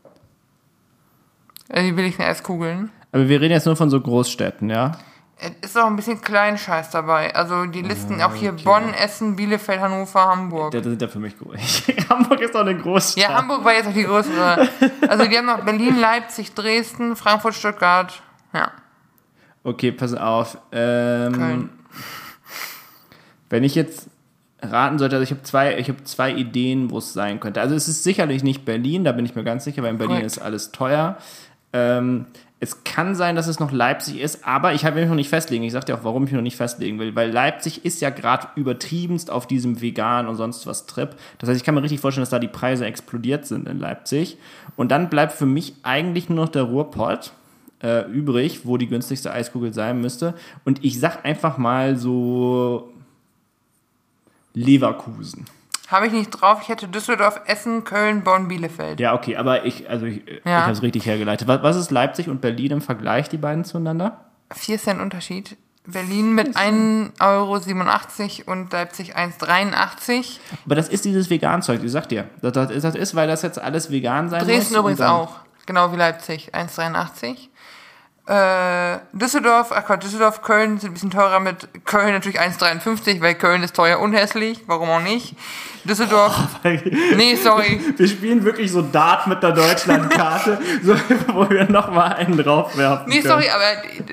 Die billigsten Eiskugeln. Aber wir reden jetzt nur von so Großstädten, ja? Es ist auch ein bisschen Kleinscheiß dabei. Also die Listen auch hier Bonn, Essen, Bielefeld, Hannover, Hamburg. Das sind ja für mich groß. Hamburg ist doch eine Großstadt. Ja, Hamburg war jetzt auch die größere. Also die haben noch Berlin, Leipzig, Dresden, Frankfurt, Stuttgart. Ja. Okay, pass auf. Köln. Wenn ich jetzt raten sollte, also ich habe zwei Ideen, wo es sein könnte. Also es ist sicherlich nicht Berlin, da bin ich mir ganz sicher, weil in Berlin ist alles teuer. Es kann sein, dass es noch Leipzig ist, aber ich habe mich noch nicht festlegen. Ich sage dir auch, warum ich mich noch nicht festlegen will, weil Leipzig ist ja gerade übertriebenst auf diesem Vegan und sonst was Trip. Das heißt, ich kann mir richtig vorstellen, dass da die Preise explodiert sind in Leipzig. Und dann bleibt für mich eigentlich nur noch der Ruhrpott übrig, wo die günstigste Eiskugel sein müsste. Und ich sag einfach mal so Leverkusen. Habe ich nicht drauf. Ich hätte Düsseldorf, Essen, Köln, Bonn, Bielefeld. Ja, okay, aber ich habe es richtig hergeleitet. Was ist Leipzig und Berlin im Vergleich, die beiden zueinander? 4 Cent Unterschied. Berlin mit 1,87 € und Leipzig 1,83 €. Aber das ist dieses Vegan-Zeug, ich sag dir. Das ist, weil das jetzt alles vegan sein Dresden muss. Dresden übrigens auch. Genau wie Leipzig. 1,83 €. Düsseldorf, Köln sind ein bisschen teurer mit Köln natürlich 1,53 €, weil Köln ist teuer und hässlich, warum auch nicht. Düsseldorf, nee, sorry. Wir spielen wirklich so Dart mit der Deutschlandkarte, so, wo wir nochmal einen draufwerfen können. Nee, sorry, aber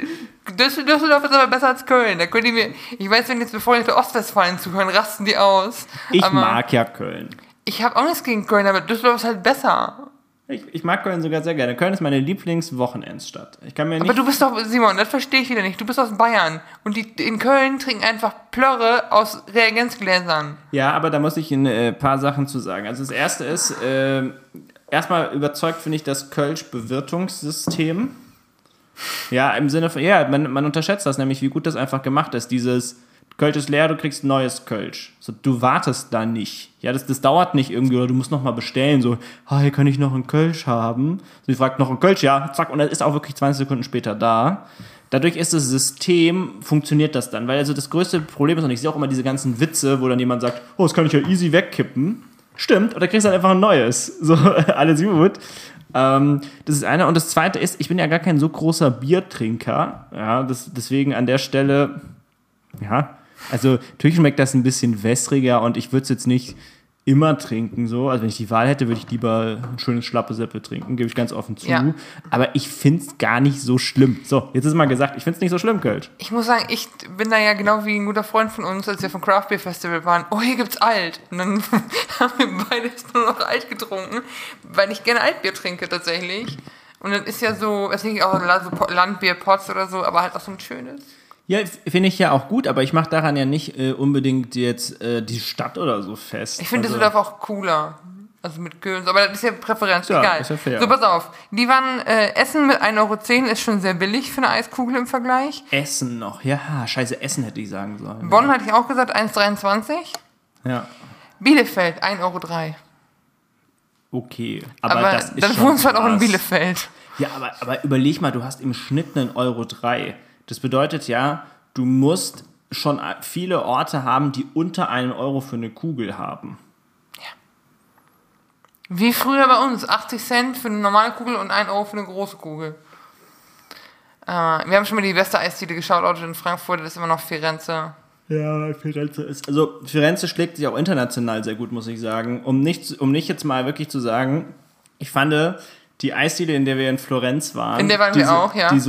Düsseldorf ist aber besser als Köln. Da könnt ihr mir, ich weiß, wenn jetzt befreundete Ostwestfalen zuhören, rasten die aus. Ich mag ja Köln. Ich habe auch nichts gegen Köln, aber Düsseldorf ist halt besser. Ich mag Köln sogar sehr gerne. Köln ist meine Lieblingswochenendsstadt. Aber du bist doch, Simon, das verstehe ich wieder nicht. Du bist aus Bayern und die in Köln trinken einfach Plörre aus Reagenzgläsern. Ja, aber da muss ich ein paar Sachen zu sagen. Also das Erste ist, erstmal überzeugt finde ich das Kölsch-Bewirtungssystem. Ja, im Sinne von, ja, man unterschätzt das nämlich, wie gut das einfach gemacht ist. Dieses Kölsch ist leer, du kriegst neues Kölsch. So, du wartest da nicht. Ja, das dauert nicht irgendwie, oder du musst nochmal bestellen, so, hey, kann ich noch einen Kölsch haben? So, die fragt noch einen Kölsch, ja, zack, und das ist auch wirklich 20 Sekunden später da. Dadurch ist das System, funktioniert das dann, weil also das größte Problem ist, und ich sehe auch immer diese ganzen Witze, wo dann jemand sagt, oh, das kann ich ja easy wegkippen. Stimmt, oder kriegst du dann einfach ein neues. So, alles gut. Das ist eine. Und das Zweite ist, ich bin ja gar kein so großer Biertrinker. Ja, deswegen an der Stelle, ja, also natürlich schmeckt das ein bisschen wässriger und ich würde es jetzt nicht immer trinken. So. Also wenn ich die Wahl hätte, würde ich lieber ein schönes Schlappeseppe trinken, gebe ich ganz offen zu. Ja. Aber ich finde es gar nicht so schlimm. So, jetzt ist mal gesagt, ich finde es nicht so schlimm, Kölsch. Ich muss sagen, ich bin da ja genau wie ein guter Freund von uns, als wir vom Craft Beer Festival waren. Oh, hier gibt's Alt. Und dann haben wir beide nur noch Alt getrunken, weil ich gerne Altbier trinke tatsächlich. Und dann ist ja so, es ist auch so Landbier-Pots oder so, aber halt auch so ein schönes. Ja, finde ich ja auch gut, aber ich mache daran ja nicht unbedingt jetzt die Stadt oder so fest. Ich finde Düsseldorf auch cooler. Also mit Köln, aber das ist ja Präferenz, ja, egal. Ist ja fair. So, pass auf. Die waren, Essen mit 1,10 € ist schon sehr billig für eine Eiskugel im Vergleich. Essen noch, ja, scheiße, Essen hätte ich sagen sollen. Bonn hatte ich auch gesagt, 1,23. Ja. Bielefeld, 1,03 €. Okay, aber das ist dann schon wohnst du halt auch in Bielefeld. Ja, aber überleg mal, du hast im Schnitt einen 1,03 €. Das bedeutet ja, du musst schon viele Orte haben, die unter 1 € für eine Kugel haben. Ja. Wie früher bei uns, 80 Cent für eine normale Kugel und 1 € für eine große Kugel. Wir haben schon mal die beste Eisdiele geschaut, in Frankfurt, das ist immer noch Firenze. Ja, Firenze schlägt sich auch international sehr gut, muss ich sagen. Um nicht jetzt mal wirklich zu sagen, ich fand die Eisdiele, in der wir in Florenz waren, in der waren wir auch, ja.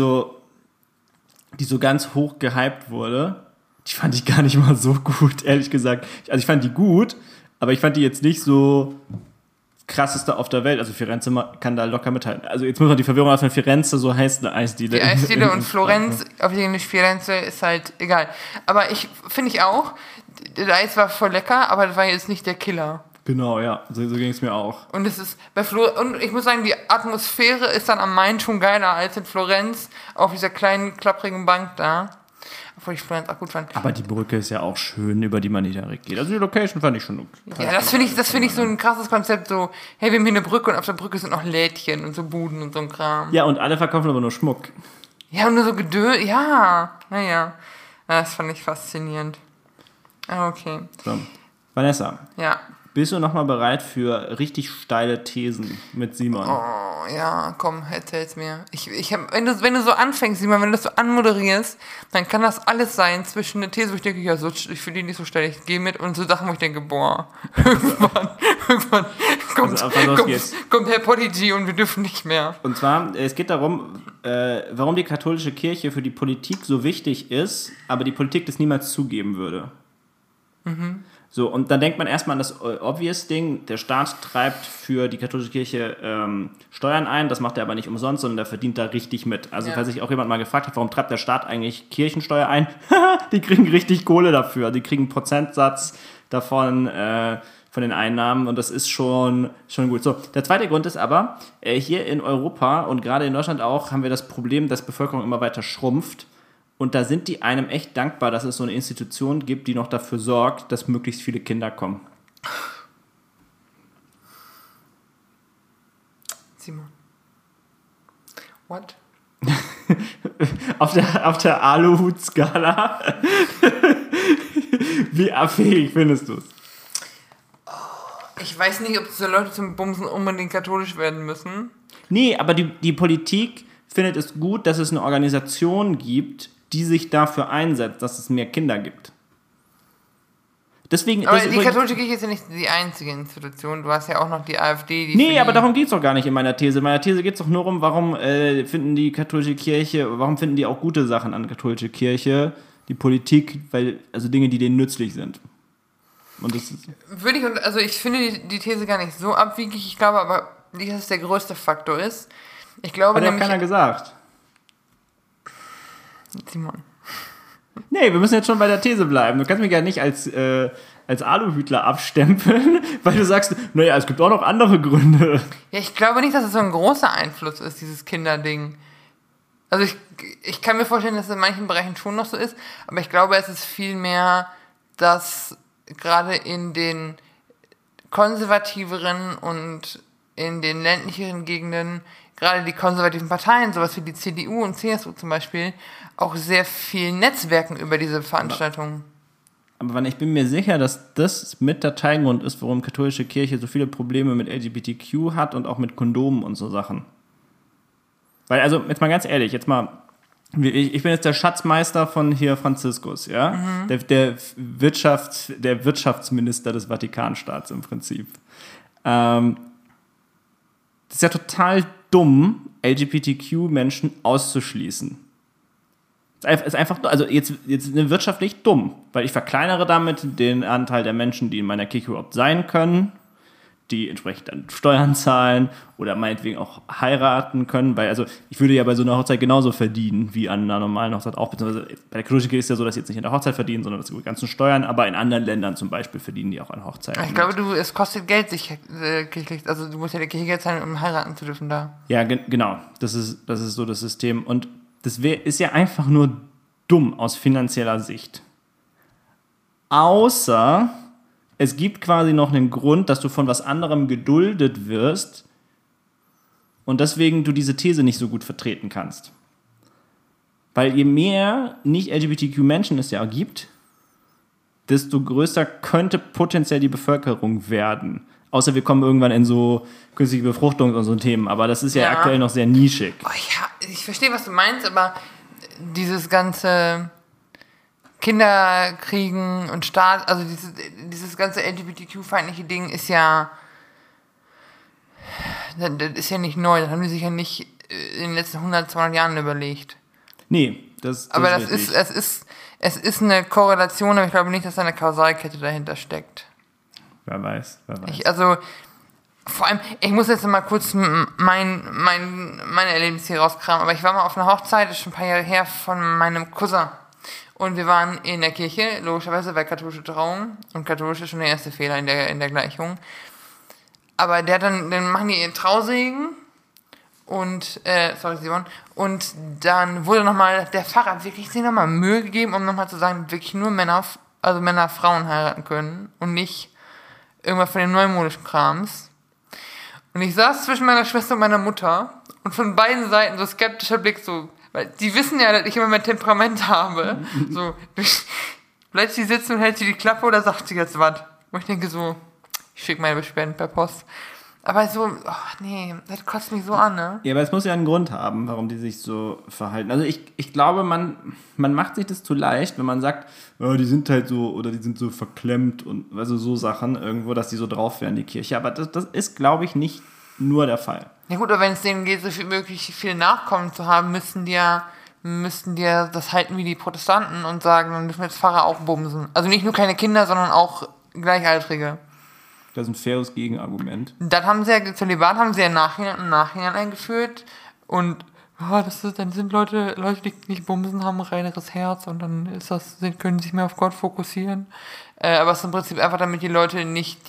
Die so ganz hoch gehypt wurde, die fand ich gar nicht mal so gut, ehrlich gesagt. Also ich fand die gut, aber ich fand die jetzt nicht so krasseste auf der Welt. Also Firenze kann da locker mithalten. Also jetzt muss man die Verwirrung aus, wenn Firenze so heißt, eine Eisdiele. Die Eisdiele und Florenz, auf Englisch Firenze, ist halt egal. Aber finde ich auch, der Eis war voll lecker, aber das war jetzt nicht der Killer. Genau, ja, so ging es mir auch. Und es ist und ich muss sagen, die Atmosphäre ist dann am Main schon geiler als in Florenz auf dieser kleinen, klapprigen Bank da. Obwohl ich Florenz auch gut fand. Aber die Brücke ist ja auch schön, über die man nicht direkt geht. Also die Location fand ich schon okay. Ja, das finde ich so ein krasses Konzept, so, hey, wir haben hier eine Brücke und auf der Brücke sind noch Lädchen und so Buden und so ein Kram. Ja, und alle verkaufen aber nur Schmuck. Ja, und nur so Gedöns, ja, naja. Das fand ich faszinierend. Okay. So. Vanessa. Ja. Bist du nochmal bereit für richtig steile Thesen mit Simon? Oh, ja, komm, erzähl's mir. Wenn du so anfängst, Simon, wenn du das so anmoderierst, dann kann das alles sein zwischen eine These, wo ich denke, ja, so, ich finde die nicht so steil, ich gehe mit, und so Sachen, wo ich denke, boah, irgendwann kommt Herr Podigy und wir dürfen nicht mehr. Und zwar, es geht darum, warum die katholische Kirche für die Politik so wichtig ist, aber die Politik das niemals zugeben würde. Mhm. So, und dann denkt man erstmal an das Obvious-Ding, der Staat treibt für die katholische Kirche Steuern ein, das macht er aber nicht umsonst, sondern der verdient da richtig mit. Also, falls sich auch jemand mal gefragt hat, warum treibt der Staat eigentlich Kirchensteuer ein? Die kriegen richtig Kohle dafür, die kriegen einen Prozentsatz davon, von den Einnahmen, und das ist schon gut. So, der zweite Grund ist aber, hier in Europa und gerade in Deutschland auch, haben wir das Problem, dass Bevölkerung immer weiter schrumpft. Und da sind die einem echt dankbar, dass es so eine Institution gibt, die noch dafür sorgt, dass möglichst viele Kinder kommen. Simon. What? auf der Aluhut-Skala. Wie abhängig findest du es? Ich weiß nicht, ob so Leute zum Bumsen unbedingt katholisch werden müssen. Nee, aber die Politik findet es gut, dass es eine Organisation gibt, die sich dafür einsetzt, dass es mehr Kinder gibt. Deswegen, aber die katholische Kirche ist ja nicht die einzige Institution. Du hast ja auch noch die AfD. Nee, aber darum geht es doch gar nicht in meiner These. In meiner These geht es doch nur um, warum finden die auch gute Sachen an katholische Kirche, die Politik, also Dinge, die denen nützlich sind. Und das ist ich finde die These gar nicht so abwegig. Ich glaube aber nicht, dass es der größte Faktor ist. Ich glaube, hat ja keiner gesagt. Simon. Nee, wir müssen jetzt schon bei der These bleiben. Du kannst mich ja nicht als Aluhütler abstempeln, weil du sagst, naja, es gibt auch noch andere Gründe. Ja, ich glaube nicht, dass es so ein großer Einfluss ist, dieses Kinderding. Also ich kann mir vorstellen, dass es in manchen Bereichen schon noch so ist, aber ich glaube, es ist viel mehr, dass gerade in den konservativeren und in den ländlicheren Gegenden gerade die konservativen Parteien, sowas wie die CDU und CSU zum Beispiel, auch sehr viel netzwerken über diese Veranstaltungen. Aber ich bin mir sicher, dass das mit der Teilgrund ist, warum katholische Kirche so viele Probleme mit LGBTQ hat und auch mit Kondomen und so Sachen. Weil, also, jetzt mal ganz ehrlich, ich bin jetzt der Schatzmeister von hier Franziskus, ja? Mhm. Der Wirtschaftsminister des Vatikanstaats im Prinzip. Das ist ja total dumm, LGBTQ-Menschen auszuschließen. Ist einfach, also jetzt wirtschaftlich dumm, weil ich verkleinere damit den Anteil der Menschen, die in meiner Kirche überhaupt sein können, die entsprechend dann Steuern zahlen oder meinetwegen auch heiraten können, weil, also ich würde ja bei so einer Hochzeit genauso verdienen wie an einer normalen Hochzeit auch, beziehungsweise bei der katholischen Kirche ist ja so, dass sie jetzt nicht in der Hochzeit verdienen, sondern das über die ganzen Steuern, aber in anderen Ländern zum Beispiel verdienen die auch an Hochzeiten. Ich glaube, es kostet Geld, sich kirchlich, also du musst ja der Kirche Geld zahlen, um heiraten zu dürfen da. Ja, genau, das ist so das System und das ist ja einfach nur dumm aus finanzieller Sicht. Außer es gibt quasi noch einen Grund, dass du von was anderem geduldet wirst und deswegen du diese These nicht so gut vertreten kannst. Weil je mehr nicht-LGBTQ-Menschen es ja gibt, desto größer könnte potenziell die Bevölkerung werden. Außer wir kommen irgendwann in so künstliche Befruchtung und so Themen. Aber das ist ja aktuell noch sehr nischig. Oh ja, ich verstehe, was du meinst, aber dieses ganze Kinderkriegen und Staat, also dieses ganze LGBTQ-feindliche Ding ist ja nicht neu. Das haben die sich ja nicht in den letzten 100, 200 Jahren überlegt. Nee, das aber es ist eine Korrelation, aber ich glaube nicht, dass da eine Kausalkette dahinter steckt. Wer weiß. Vor allem, ich muss jetzt mal kurz meine Erlebnisse hier rauskramen, aber ich war mal auf einer Hochzeit, das ist schon ein paar Jahre her, von meinem Cousin. Und wir waren in der Kirche, logischerweise, weil katholische Trauung, und katholisch ist schon der erste Fehler in der Gleichung. Aber dann machen die ihren Trausegen und, Simon, und dann wurde der Pfarrer wirklich sich nochmal Mühe gegeben, um nochmal zu sagen, wirklich nur Männer, Frauen heiraten können und nicht irgendwas von den neumodischen Krams. Und ich saß zwischen meiner Schwester und meiner Mutter und von beiden Seiten so skeptischer Blick, so, weil die wissen ja, dass ich immer mehr Temperament habe. So, bleibt sie sitzen und hält sie die Klappe oder sagt sie jetzt was? Und ich denke so, ich schicke meine Beschwerden per Post. Aber so, nee, das kotzt mich so an, ne? Ja, aber es muss ja einen Grund haben, warum die sich so verhalten. Also ich glaube, man macht sich das zu leicht, wenn man sagt, die sind halt so, oder die sind so verklemmt und also so Sachen irgendwo, dass die so drauf wären, die Kirche. Aber das ist, glaube ich, nicht nur der Fall. Ja gut, aber wenn es denen geht, so viel möglich viel Nachkommen zu haben, müssten die ja das halten wie die Protestanten und sagen, dann müssen wir jetzt Pfarrer auch bumsen. Also nicht nur kleine Kinder, sondern auch Gleichaltrige. Das ist ein faires Gegenargument. Zölibat haben sie ja im Nachhinein eingeführt und dann sind Leute, die nicht bumsen, haben ein reineres Herz und dann können sich mehr auf Gott fokussieren. Aber es ist im Prinzip einfach, damit die Leute nicht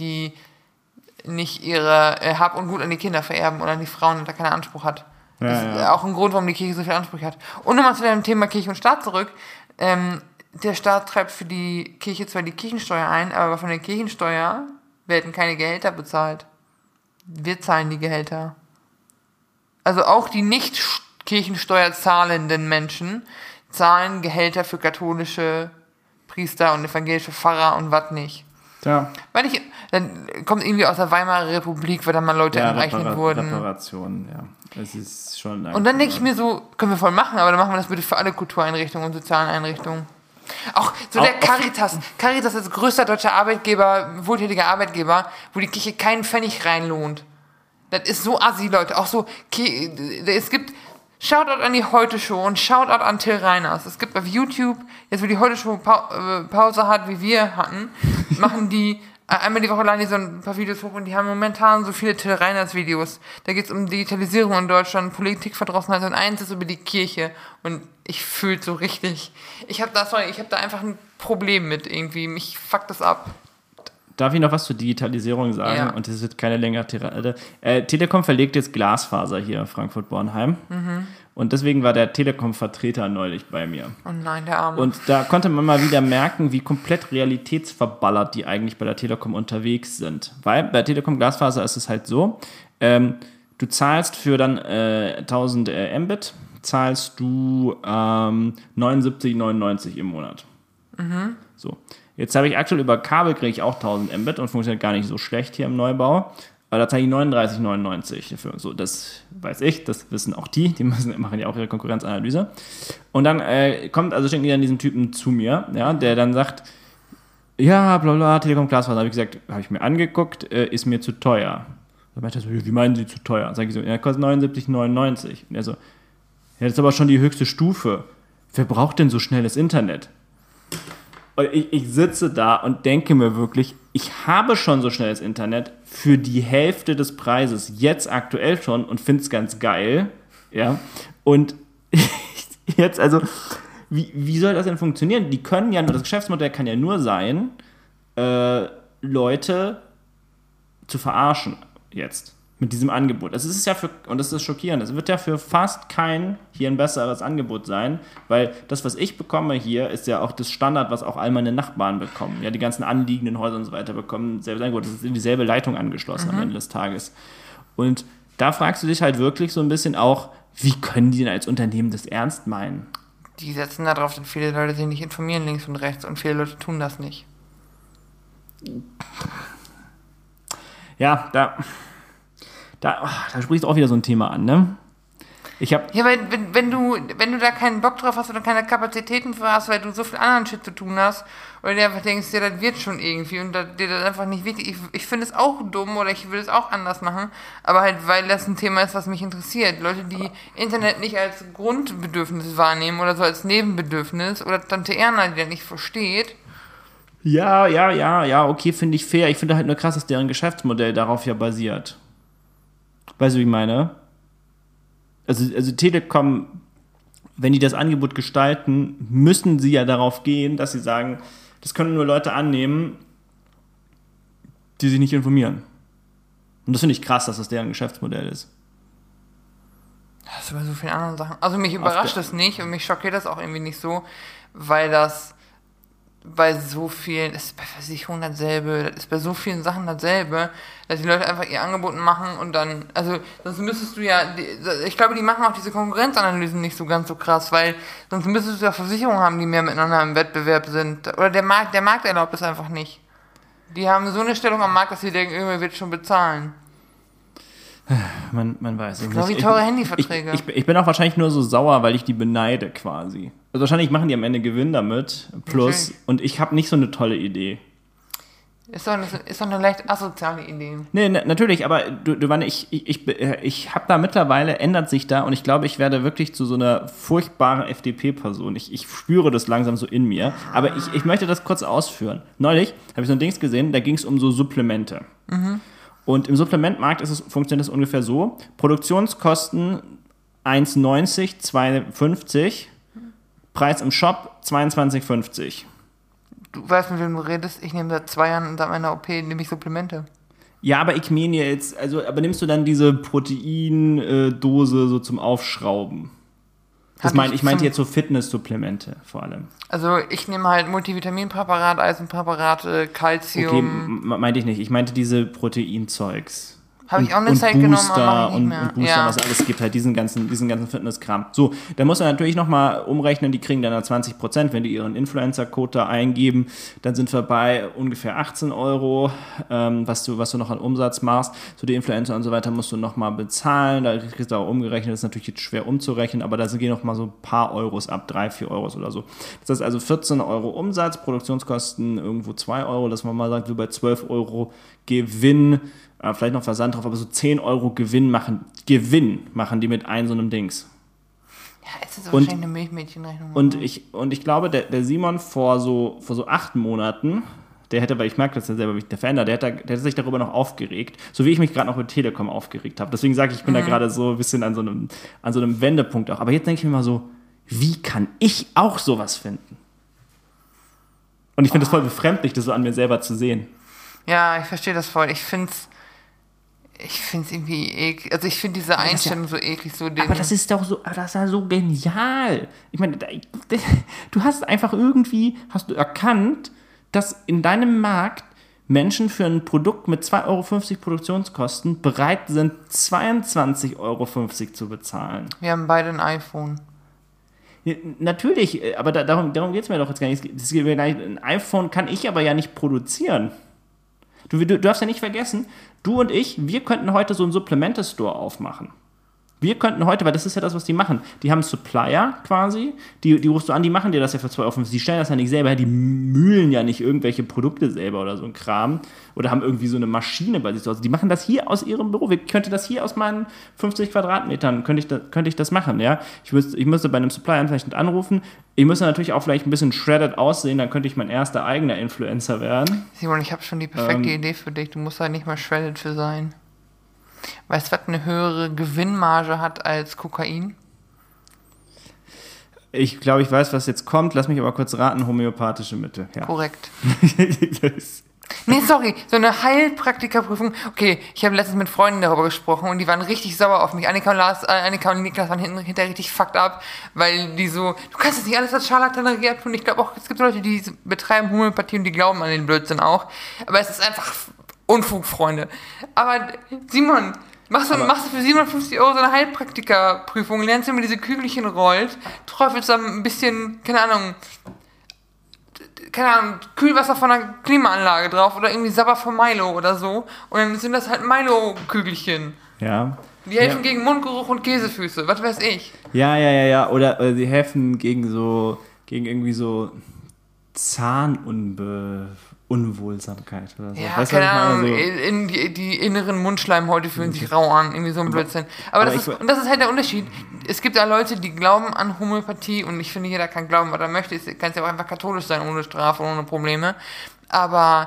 ihre Hab und Gut an die Kinder vererben oder an die Frauen und da keinen Anspruch hat. Das ist auch ein Grund, warum die Kirche so viel Anspruch hat. Und nochmal zu dem Thema Kirche und Staat zurück. Der Staat treibt für die Kirche zwar die Kirchensteuer ein, aber von der Kirchensteuer werden keine Gehälter bezahlt. Wir zahlen die Gehälter. Also auch die nicht Kirchensteuer zahlenden Menschen zahlen Gehälter für katholische Priester und evangelische Pfarrer und was nicht. Ja. Dann kommt irgendwie aus der Weimarer Republik, weil da mal Leute enteignet wurden. Reparationen, ja. Es ist schon. Und dann denke ich mir so, können wir voll machen, aber dann machen wir das bitte für alle Kultureinrichtungen und sozialen Einrichtungen. Auch so der Caritas. Caritas ist größter deutscher Arbeitgeber, wohltätiger Arbeitgeber, wo die Kirche keinen Pfennig reinlohnt. Das ist so assi, Leute. Auch so, es gibt Shoutout an die Heute-Show und Shoutout an Till Reiners. Es gibt auf YouTube, jetzt wo die Heute-Show Pause hat, wie wir hatten, machen die einmal die Woche laden die so ein paar Videos hoch und die haben momentan so viele Till Reiners Videos. Da geht es um Digitalisierung in Deutschland, Politikverdrossenheit und eins ist über die Kirche. Und ich fühle so richtig. Ich habe da einfach ein Problem mit irgendwie. Mich fuckt das ab. Darf ich noch was zur Digitalisierung sagen? Ja. Und das wird keine längere Tirade. Telekom verlegt jetzt Glasfaser hier in Frankfurt-Bornheim. Mhm. Und deswegen war der Telekom-Vertreter neulich bei mir. Oh nein, der Arme. Und da konnte man mal wieder merken, wie komplett realitätsverballert die eigentlich bei der Telekom unterwegs sind. Weil bei Telekom Glasfaser ist es halt so, du zahlst für dann 1000 Mbit, zahlst du 79,99 im Monat. Mhm. So. Jetzt habe ich aktuell über Kabel kriege ich auch 1000 Mbit und funktioniert gar nicht so schlecht hier im Neubau. Aber da zahle ich 39,99 dafür. So, das weiß ich, das wissen auch die machen ja auch ihre Konkurrenzanalyse. Und dann schicken die dann diesen Typen zu mir, ja, der dann sagt, ja, bla bla, Telekom Glasfaser. Habe ich gesagt, habe ich mir angeguckt, ist mir zu teuer. Dann meinte er so, wie meinen Sie zu teuer? Dann sage ich so, ja, kostet 79,99. Und er so, ja, das ist aber schon die höchste Stufe. Wer braucht denn so schnelles Internet? Und ich sitze da und denke mir wirklich, ich habe schon so schnelles Internet für die Hälfte des Preises, jetzt aktuell schon, und finde es ganz geil. Ja. Und jetzt, also, wie soll das denn funktionieren? Die können ja nur, das Geschäftsmodell kann ja nur sein, Leute zu verarschen jetzt mit diesem Angebot. Das ist ja und das ist schockierend, es wird ja für fast kein hier ein besseres Angebot sein, weil das, was ich bekomme hier, ist ja auch das Standard, was auch all meine Nachbarn bekommen. Ja, die ganzen anliegenden Häuser und so weiter bekommen selbes Angebot. Das ist in dieselbe Leitung angeschlossen am Ende des Tages. Und da fragst du dich halt wirklich so ein bisschen auch, wie können die denn als Unternehmen das ernst meinen? Die setzen da drauf, dass viele Leute sich nicht informieren links und rechts und viele Leute tun das nicht. Ja, da sprichst du auch wieder so ein Thema an, ne? Weil wenn du da keinen Bock drauf hast oder keine Kapazitäten für hast, weil du so viel anderen Shit zu tun hast, oder dir einfach denkst, ja, das wird schon irgendwie und dir das einfach nicht wichtig. Ich finde es auch dumm oder ich will es auch anders machen, aber halt, weil das ein Thema ist, was mich interessiert. Leute, die Internet nicht als Grundbedürfnis wahrnehmen oder so als Nebenbedürfnis oder Tante Erna, die das nicht versteht. Ja, okay, finde ich fair. Ich finde halt nur krass, dass deren Geschäftsmodell darauf ja basiert. Weißt du, wie ich meine? Also Telekom, wenn die das Angebot gestalten, müssen sie ja darauf gehen, dass sie sagen, das können nur Leute annehmen, die sich nicht informieren. Und das finde ich krass, dass das deren Geschäftsmodell ist. Das ist bei so vielen anderen Sachen. Also mich überrascht das nicht und mich schockiert das auch irgendwie nicht so, weil das bei so vielen, das ist bei Versicherungen dasselbe, das ist bei so vielen Sachen dasselbe, dass die Leute einfach ihr Angebot machen und dann, also sonst müsstest du ja, ich glaube, die machen auch diese Konkurrenzanalysen nicht so ganz so krass, weil sonst müsstest du ja Versicherungen haben, die mehr miteinander im Wettbewerb sind. Oder der Markt erlaubt es einfach nicht. Die haben so eine Stellung am Markt, dass sie denken, irgendwer wird schon bezahlen. Man weiß es nicht. Genau wie teure Handyverträge. Ich bin auch wahrscheinlich nur so sauer, weil ich die beneide quasi. Also wahrscheinlich machen die am Ende Gewinn damit, plus, okay. Und ich habe nicht so eine tolle Idee. Ist doch eine leicht asoziale Idee. Nee, natürlich, aber ich habe da mittlerweile, ändert sich da und ich glaube, ich werde wirklich zu so einer furchtbaren FDP-Person. Ich spüre das langsam so in mir, aber ich möchte das kurz ausführen. Neulich habe ich so ein Dings gesehen, da ging es um so Supplemente. Mhm. Und im Supplementmarkt funktioniert es ungefähr so, Produktionskosten 1,90, 2,50, Preis im Shop 22,50. Du weißt, mit wem du redest, ich nehme seit 2 Jahren unter meiner OP nehme ich Supplemente. Ja, aber ich meine jetzt, aber nimmst du dann diese Proteindose so zum Aufschrauben? Ich meinte jetzt so Fitnesssupplemente vor allem. Also ich nehme halt Multivitaminpräparat, Eisenpräparate, Calcium. Okay, meinte ich nicht. Ich meinte diese Proteinzeugs. Habe ich auch eine Zeit genommen, aber und Booster, was alles gibt, halt diesen ganzen Fitnesskram. So, da muss man natürlich nochmal umrechnen, die kriegen dann 20%, wenn die ihren Influencer-Code da eingeben, dann sind wir bei ungefähr 18 €, was du noch an Umsatz machst. So die Influencer und so weiter musst du nochmal bezahlen, da kriegst du auch umgerechnet, das ist natürlich jetzt schwer umzurechnen, aber da gehen noch mal so ein paar Euros ab, 3, 4 € oder so. Das heißt also 14 € Umsatz, Produktionskosten irgendwo 2 €, dass man mal sagt, so bei 12 € Gewinn, vielleicht noch Versand drauf, aber so 10 € Gewinn machen die mit so einem Dings. Ja, es ist wahrscheinlich eine Milchmädchenrechnung. Und ich glaube, der Simon vor so 8 Monaten, der hätte, weil ich merke, dass er selber der Fan der hätte sich darüber noch aufgeregt, so wie ich mich gerade noch mit Telekom aufgeregt habe. Deswegen sage ich bin da gerade so ein bisschen an so einem Wendepunkt auch. Aber jetzt denke ich mir mal so, wie kann ich auch sowas finden? Und ich finde es voll befremdlich, das so an mir selber zu sehen. Ja, ich verstehe das voll. Ich finde es irgendwie eklig. Also ich finde diese Einstellung so eklig. Aber das ist doch so, das ist ja so genial. Ich meine, du hast einfach erkannt, dass in deinem Markt Menschen für ein Produkt mit 2,50 € Produktionskosten bereit sind, 22,50 € zu bezahlen. Wir haben beide ein iPhone. Ja, natürlich, aber darum geht es mir doch jetzt gar nicht. Ein iPhone kann ich aber ja nicht produzieren. Du darfst ja nicht vergessen, du und ich, wir könnten heute so einen Supplemente-Store aufmachen. Wir könnten heute, weil das ist ja das, was die machen, die haben Supplier quasi, die rufst du an, die machen dir das ja für 2,50 €, die stellen das ja nicht selber her, die mühlen ja nicht irgendwelche Produkte selber oder so ein Kram oder haben irgendwie so eine Maschine bei sich zu Hause. Die machen das hier aus ihrem Büro. Ich könnte das hier aus meinen 50 Quadratmetern, könnte ich das machen, ja. Ich müsste bei einem Supplier vielleicht anrufen, ich müsste natürlich auch vielleicht ein bisschen shredded aussehen, dann könnte ich mein erster eigener Influencer werden. Simon, ich habe schon die perfekte Idee für dich, du musst da nicht mal shredded für sein. Weißt du, was eine höhere Gewinnmarge hat als Kokain? Ich glaube, ich weiß, was jetzt kommt. Lass mich aber kurz raten, homöopathische Mittel. Ja. Korrekt. Nee, sorry, so eine Heilpraktikerprüfung. Okay, ich habe letztens mit Freunden darüber gesprochen und die waren richtig sauer auf mich. Annika und Niklas waren hinterher richtig fucked up, weil die so, du kannst das nicht alles als Scharlatanerie abtun. Ich glaube auch, es gibt Leute, die betreiben Homöopathie und die glauben an den Blödsinn auch. Aber es ist einfach Unfug, Freunde. Aber Simon, machst du für 57 € so eine Heilpraktikerprüfung, lernst du, wie man diese Kügelchen rollt, träufelst dann ein bisschen, keine Ahnung, Kühlwasser von einer Klimaanlage drauf oder irgendwie Sabber von Milo oder so und dann sind das halt Milo-Kügelchen. Ja. Die helfen gegen Mundgeruch und Käsefüße, was weiß ich. Ja. Oder die helfen gegen irgendwie so Zahnunwohlsamkeit oder so. Ja, weißt keine Ahnung, die inneren Mundschleimhäute fühlen sich rau an, irgendwie so ein Blödsinn. Aber das ist halt der Unterschied. Es gibt da Leute, die glauben an Homöopathie und ich finde, jeder kann glauben, was er möchte. Du kannst ja auch einfach katholisch sein, ohne Strafe, ohne Probleme. Aber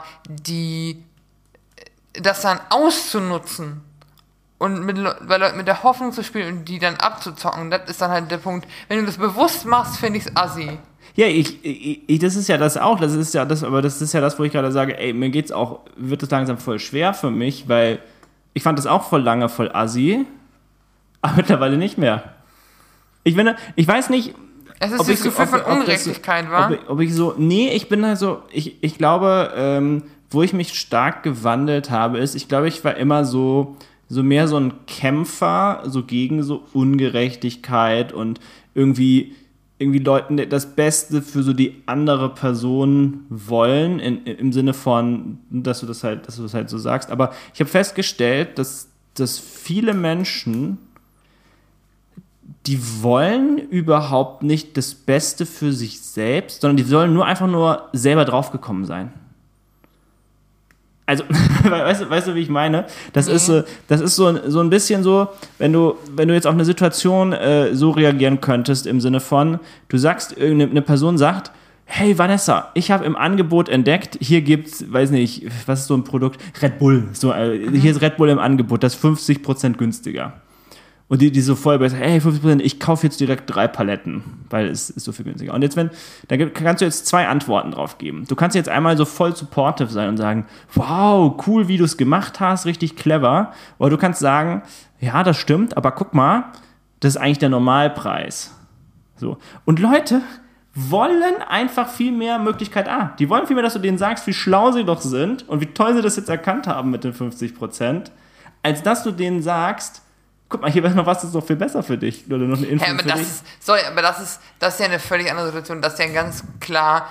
das dann auszunutzen und mit Leuten mit der Hoffnung zu spielen und die dann abzuzocken, das ist dann halt der Punkt. Wenn du das bewusst machst, finde ich es assi. Ja, das ist ja das auch, aber das ist ja das, wo ich gerade sage, ey, wird es langsam voll schwer für mich, weil ich fand das auch voll lange voll assi, aber mittlerweile nicht mehr. Ich weiß nicht, es ist das Gefühl von Ungerechtigkeit, wa? Ich bin halt so, ich glaube, wo ich mich stark gewandelt habe, ist, ich glaube, ich war immer so mehr so ein Kämpfer, so gegen so Ungerechtigkeit und irgendwie Leuten das Beste für so die andere Person wollen, im Sinne von, dass du das halt so sagst. Aber ich habe festgestellt, dass viele Menschen, die wollen überhaupt nicht das Beste für sich selbst, sondern die sollen einfach nur selber draufgekommen sein. Also, weißt du, wie ich meine? Das ist so ein bisschen so, wenn du jetzt auf eine Situation so reagieren könntest, im Sinne von, du sagst, eine Person sagt, hey Vanessa, ich habe im Angebot entdeckt, hier gibt's, weiß nicht, was ist so ein Produkt? Red Bull. Hier ist Red Bull im Angebot, das ist 50% günstiger. Und die so voll besser, hey, 50%, ich kaufe jetzt direkt 3 Paletten, weil es ist so viel günstiger. Und jetzt kannst du jetzt 2 Antworten drauf geben. Du kannst jetzt einmal so voll supportive sein und sagen, wow, cool, wie du es gemacht hast, richtig clever. Oder du kannst sagen, ja, das stimmt, aber guck mal, das ist eigentlich der Normalpreis. So. Und Leute wollen einfach viel mehr Möglichkeit A. Die wollen viel mehr, dass du denen sagst, wie schlau sie doch sind und wie toll sie das jetzt erkannt haben mit den 50%. als dass du denen sagst, guck mal, hier wäre noch was, das ist noch viel besser für dich. Oder noch eine Info für dich. Das ist ja eine völlig andere Situation. Das ist ja ganz klar.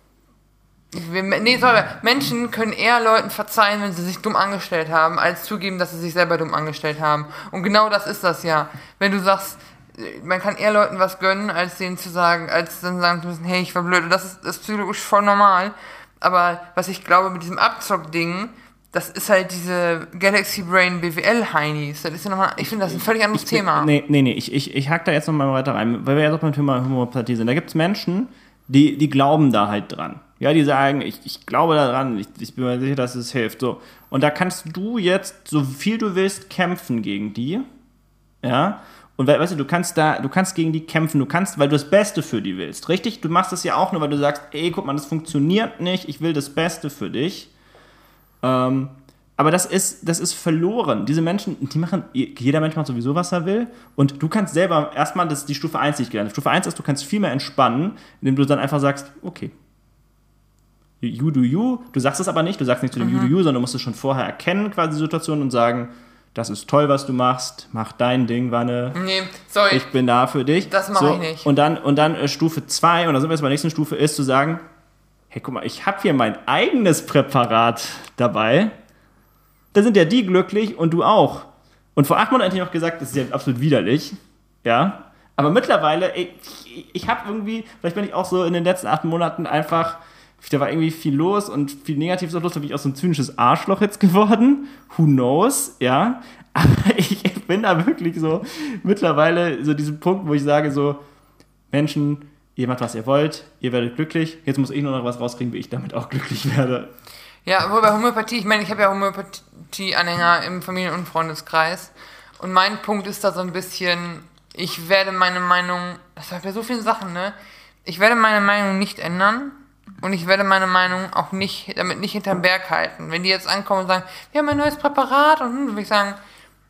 Menschen können eher Leuten verzeihen, wenn sie sich dumm angestellt haben, als zugeben, dass sie sich selber dumm angestellt haben. Und genau das ist das ja. Wenn du sagst, man kann eher Leuten was gönnen, als denen zu sagen, als dann sagen zu müssen, hey, ich war blöd. Und das ist psychologisch voll normal. Aber was ich glaube mit diesem Abzock-Ding, das ist halt diese Galaxy Brain BWL-Heinis. Das ist ja nochmal, ich finde, das ist ein völlig anderes Thema. Nee, ich hack da jetzt nochmal weiter rein, weil wir ja doch beim Thema Homöopathie sind. Da gibt es Menschen, die glauben da halt dran. Ja, die sagen, ich glaube daran, ich bin mir sicher, dass es hilft. So. Und da kannst du jetzt, so viel du willst, kämpfen gegen die. Ja. Und weißt du kannst gegen die kämpfen, weil du das Beste für die willst. Richtig? Du machst das ja auch nur, weil du sagst, ey, guck mal, das funktioniert nicht, ich will das Beste für dich. Aber das ist verloren. Diese Menschen, jeder Mensch macht sowieso, was er will. Und du kannst selber erstmal, das ist die Stufe 1, die ich gelernt habe. Stufe 1 ist, du kannst viel mehr entspannen, indem du dann einfach sagst, okay, you do you. Du sagst es aber nicht, du sagst nicht zu dem you do you, sondern du musst es schon vorher erkennen, quasi die Situation, und sagen, das ist toll, was du machst, mach dein Ding, Wanne. Nee, sorry. Ich bin da für dich. Das mache ich nicht. Und dann Stufe 2, und dann sind wir jetzt bei der nächsten Stufe, ist zu sagen, hey, guck mal, ich habe hier mein eigenes Präparat dabei. Da sind ja die glücklich und du auch. Und vor 8 Monaten hätte ich noch gesagt, das ist ja absolut widerlich. Ja. Aber mittlerweile, ich habe irgendwie, vielleicht bin ich auch so in den letzten 8 Monaten einfach, da war irgendwie viel los und viel Negatives auch los, da bin ich auch so ein zynisches Arschloch jetzt geworden. Who knows, ja. Aber ich bin da wirklich so mittlerweile so diesem Punkt, wo ich sage so, Menschen, ihr macht, was ihr wollt, ihr werdet glücklich. Jetzt muss ich nur noch was rauskriegen, wie ich damit auch glücklich werde. Ja, aber bei Homöopathie, ich meine, ich habe ja Homöopathie-Anhänger im Familien- und Freundeskreis. Und mein Punkt ist da so ein bisschen, ich werde meine Meinung, das hat ja so viele Sachen, ne? Ich werde meine Meinung nicht ändern und ich werde meine Meinung auch damit nicht hinterm Berg halten. Wenn die jetzt ankommen und sagen, wir haben ein neues Präparat, und dann würde ich sagen,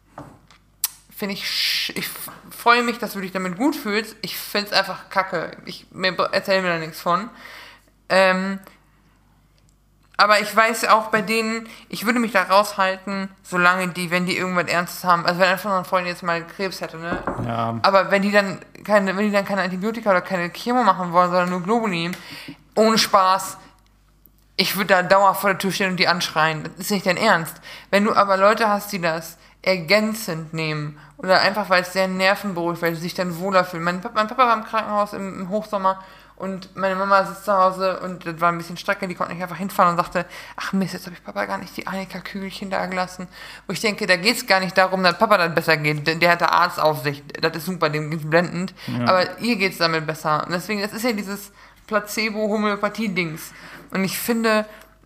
ich freue mich, dass du dich damit gut fühlst. Ich finde es einfach kacke. Erzähl mir da nichts von. Aber ich weiß auch bei denen, ich würde mich da raushalten, solange wenn die irgendwas Ernstes haben. Also wenn einer von unseren Freunden jetzt mal Krebs hätte, ne? Ja. Aber wenn die dann keine Antibiotika oder keine Chemo machen wollen, sondern nur Globulin, ohne Spaß, ich würde da dauerhaft vor der Tür stehen und die anschreien. Das ist nicht dein Ernst. Wenn du aber Leute hast, die das ergänzend nehmen oder einfach, weil es deren Nerven beruhigt, weil sie sich dann wohler fühlen. Mein Papa war im Krankenhaus im Hochsommer und meine Mama sitzt zu Hause und das war ein bisschen Strecke, die konnte nicht einfach hinfahren und sagte, ach Mist, jetzt habe ich Papa gar nicht die Annika-Kügelchen da gelassen. Wo ich denke, da geht es gar nicht darum, dass Papa das besser geht, denn der hat da Arztaufsicht, das ist super, dem geht's blendend, ja. Aber ihr geht's damit besser. Und deswegen, das ist ja dieses Placebo-Homöopathie-Dings. Und ich finde,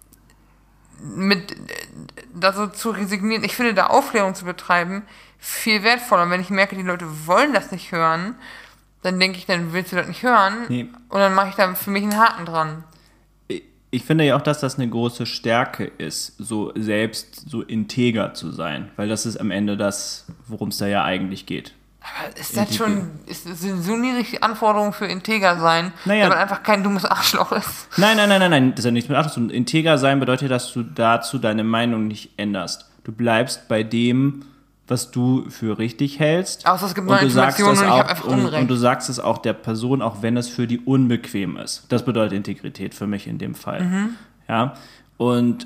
da so zu resignieren, ich finde, da Aufklärung zu betreiben, viel wertvoller. Und wenn ich merke, die Leute wollen das nicht hören, dann denke ich, dann willst du das nicht hören. Nee. Und dann mache ich da für mich einen Haken dran. Ich finde ja auch, dass das eine große Stärke ist, so selbst so integer zu sein. Weil das ist am Ende das, worum es da ja eigentlich geht. Aber ist das sind so niedrig die Anforderungen für integer sein, wenn man einfach kein dummes Arschloch ist? Nein, das ist ja nichts mit Arschloch. Integer sein bedeutet, dass du dazu deine Meinung nicht änderst. Du bleibst bei dem, was du für richtig hältst. Außer es gibt neue Informationen und ich habe einfach Unrecht. Und du sagst es auch der Person, auch wenn es für die unbequem ist. Das bedeutet Integrität für mich in dem Fall. Mhm. Ja. Und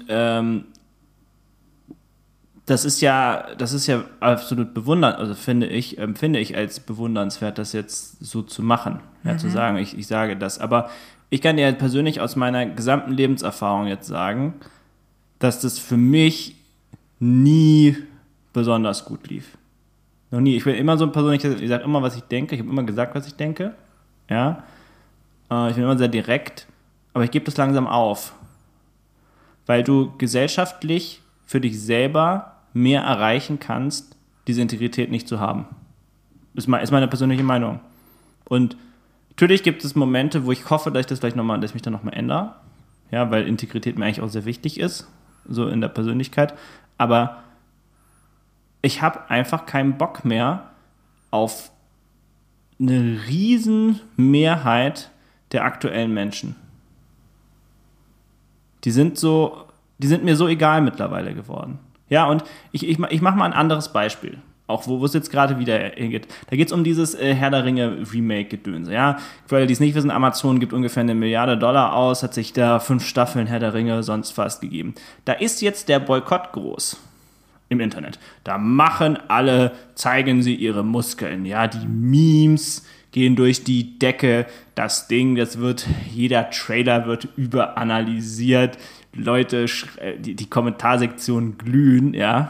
das ist ja absolut bewundernd, also empfinde ich als bewundernswert, das jetzt so zu machen, ja, zu sagen, ich sage das. Aber ich kann dir persönlich aus meiner gesamten Lebenserfahrung jetzt sagen, dass das für mich nie besonders gut lief. Noch nie. Ich bin immer so eine Person, ich sage immer, was ich denke. Ich habe immer gesagt, was ich denke. Ja. Ich bin immer sehr direkt. Aber ich gebe das langsam auf. Weil du gesellschaftlich für dich selber mehr erreichen kannst, diese Integrität nicht zu haben. Ist meine persönliche Meinung. Und natürlich gibt es Momente, wo ich hoffe, dass ich mich dann nochmal ändere. Ja, weil Integrität mir eigentlich auch sehr wichtig ist. So in der Persönlichkeit. Aber ich habe einfach keinen Bock mehr auf eine riesen Mehrheit der aktuellen Menschen. Die sind mir so egal mittlerweile geworden. Ja, und ich mache mal ein anderes Beispiel. Auch wo es jetzt gerade wieder hingeht. Da geht es um dieses Herr der Ringe Remake-Gedönse. Ja? Für alle, die es nicht wissen, Amazon gibt ungefähr $1 Milliarde aus, hat sich da 5 Staffeln Herr der Ringe sonst was gegeben. Da ist jetzt der Boykott groß im Internet. Da zeigen sie ihre Muskeln. Ja, die Memes gehen durch die Decke. Das Ding, jeder Trailer wird überanalysiert. Leute, die Kommentarsektionen glühen, ja.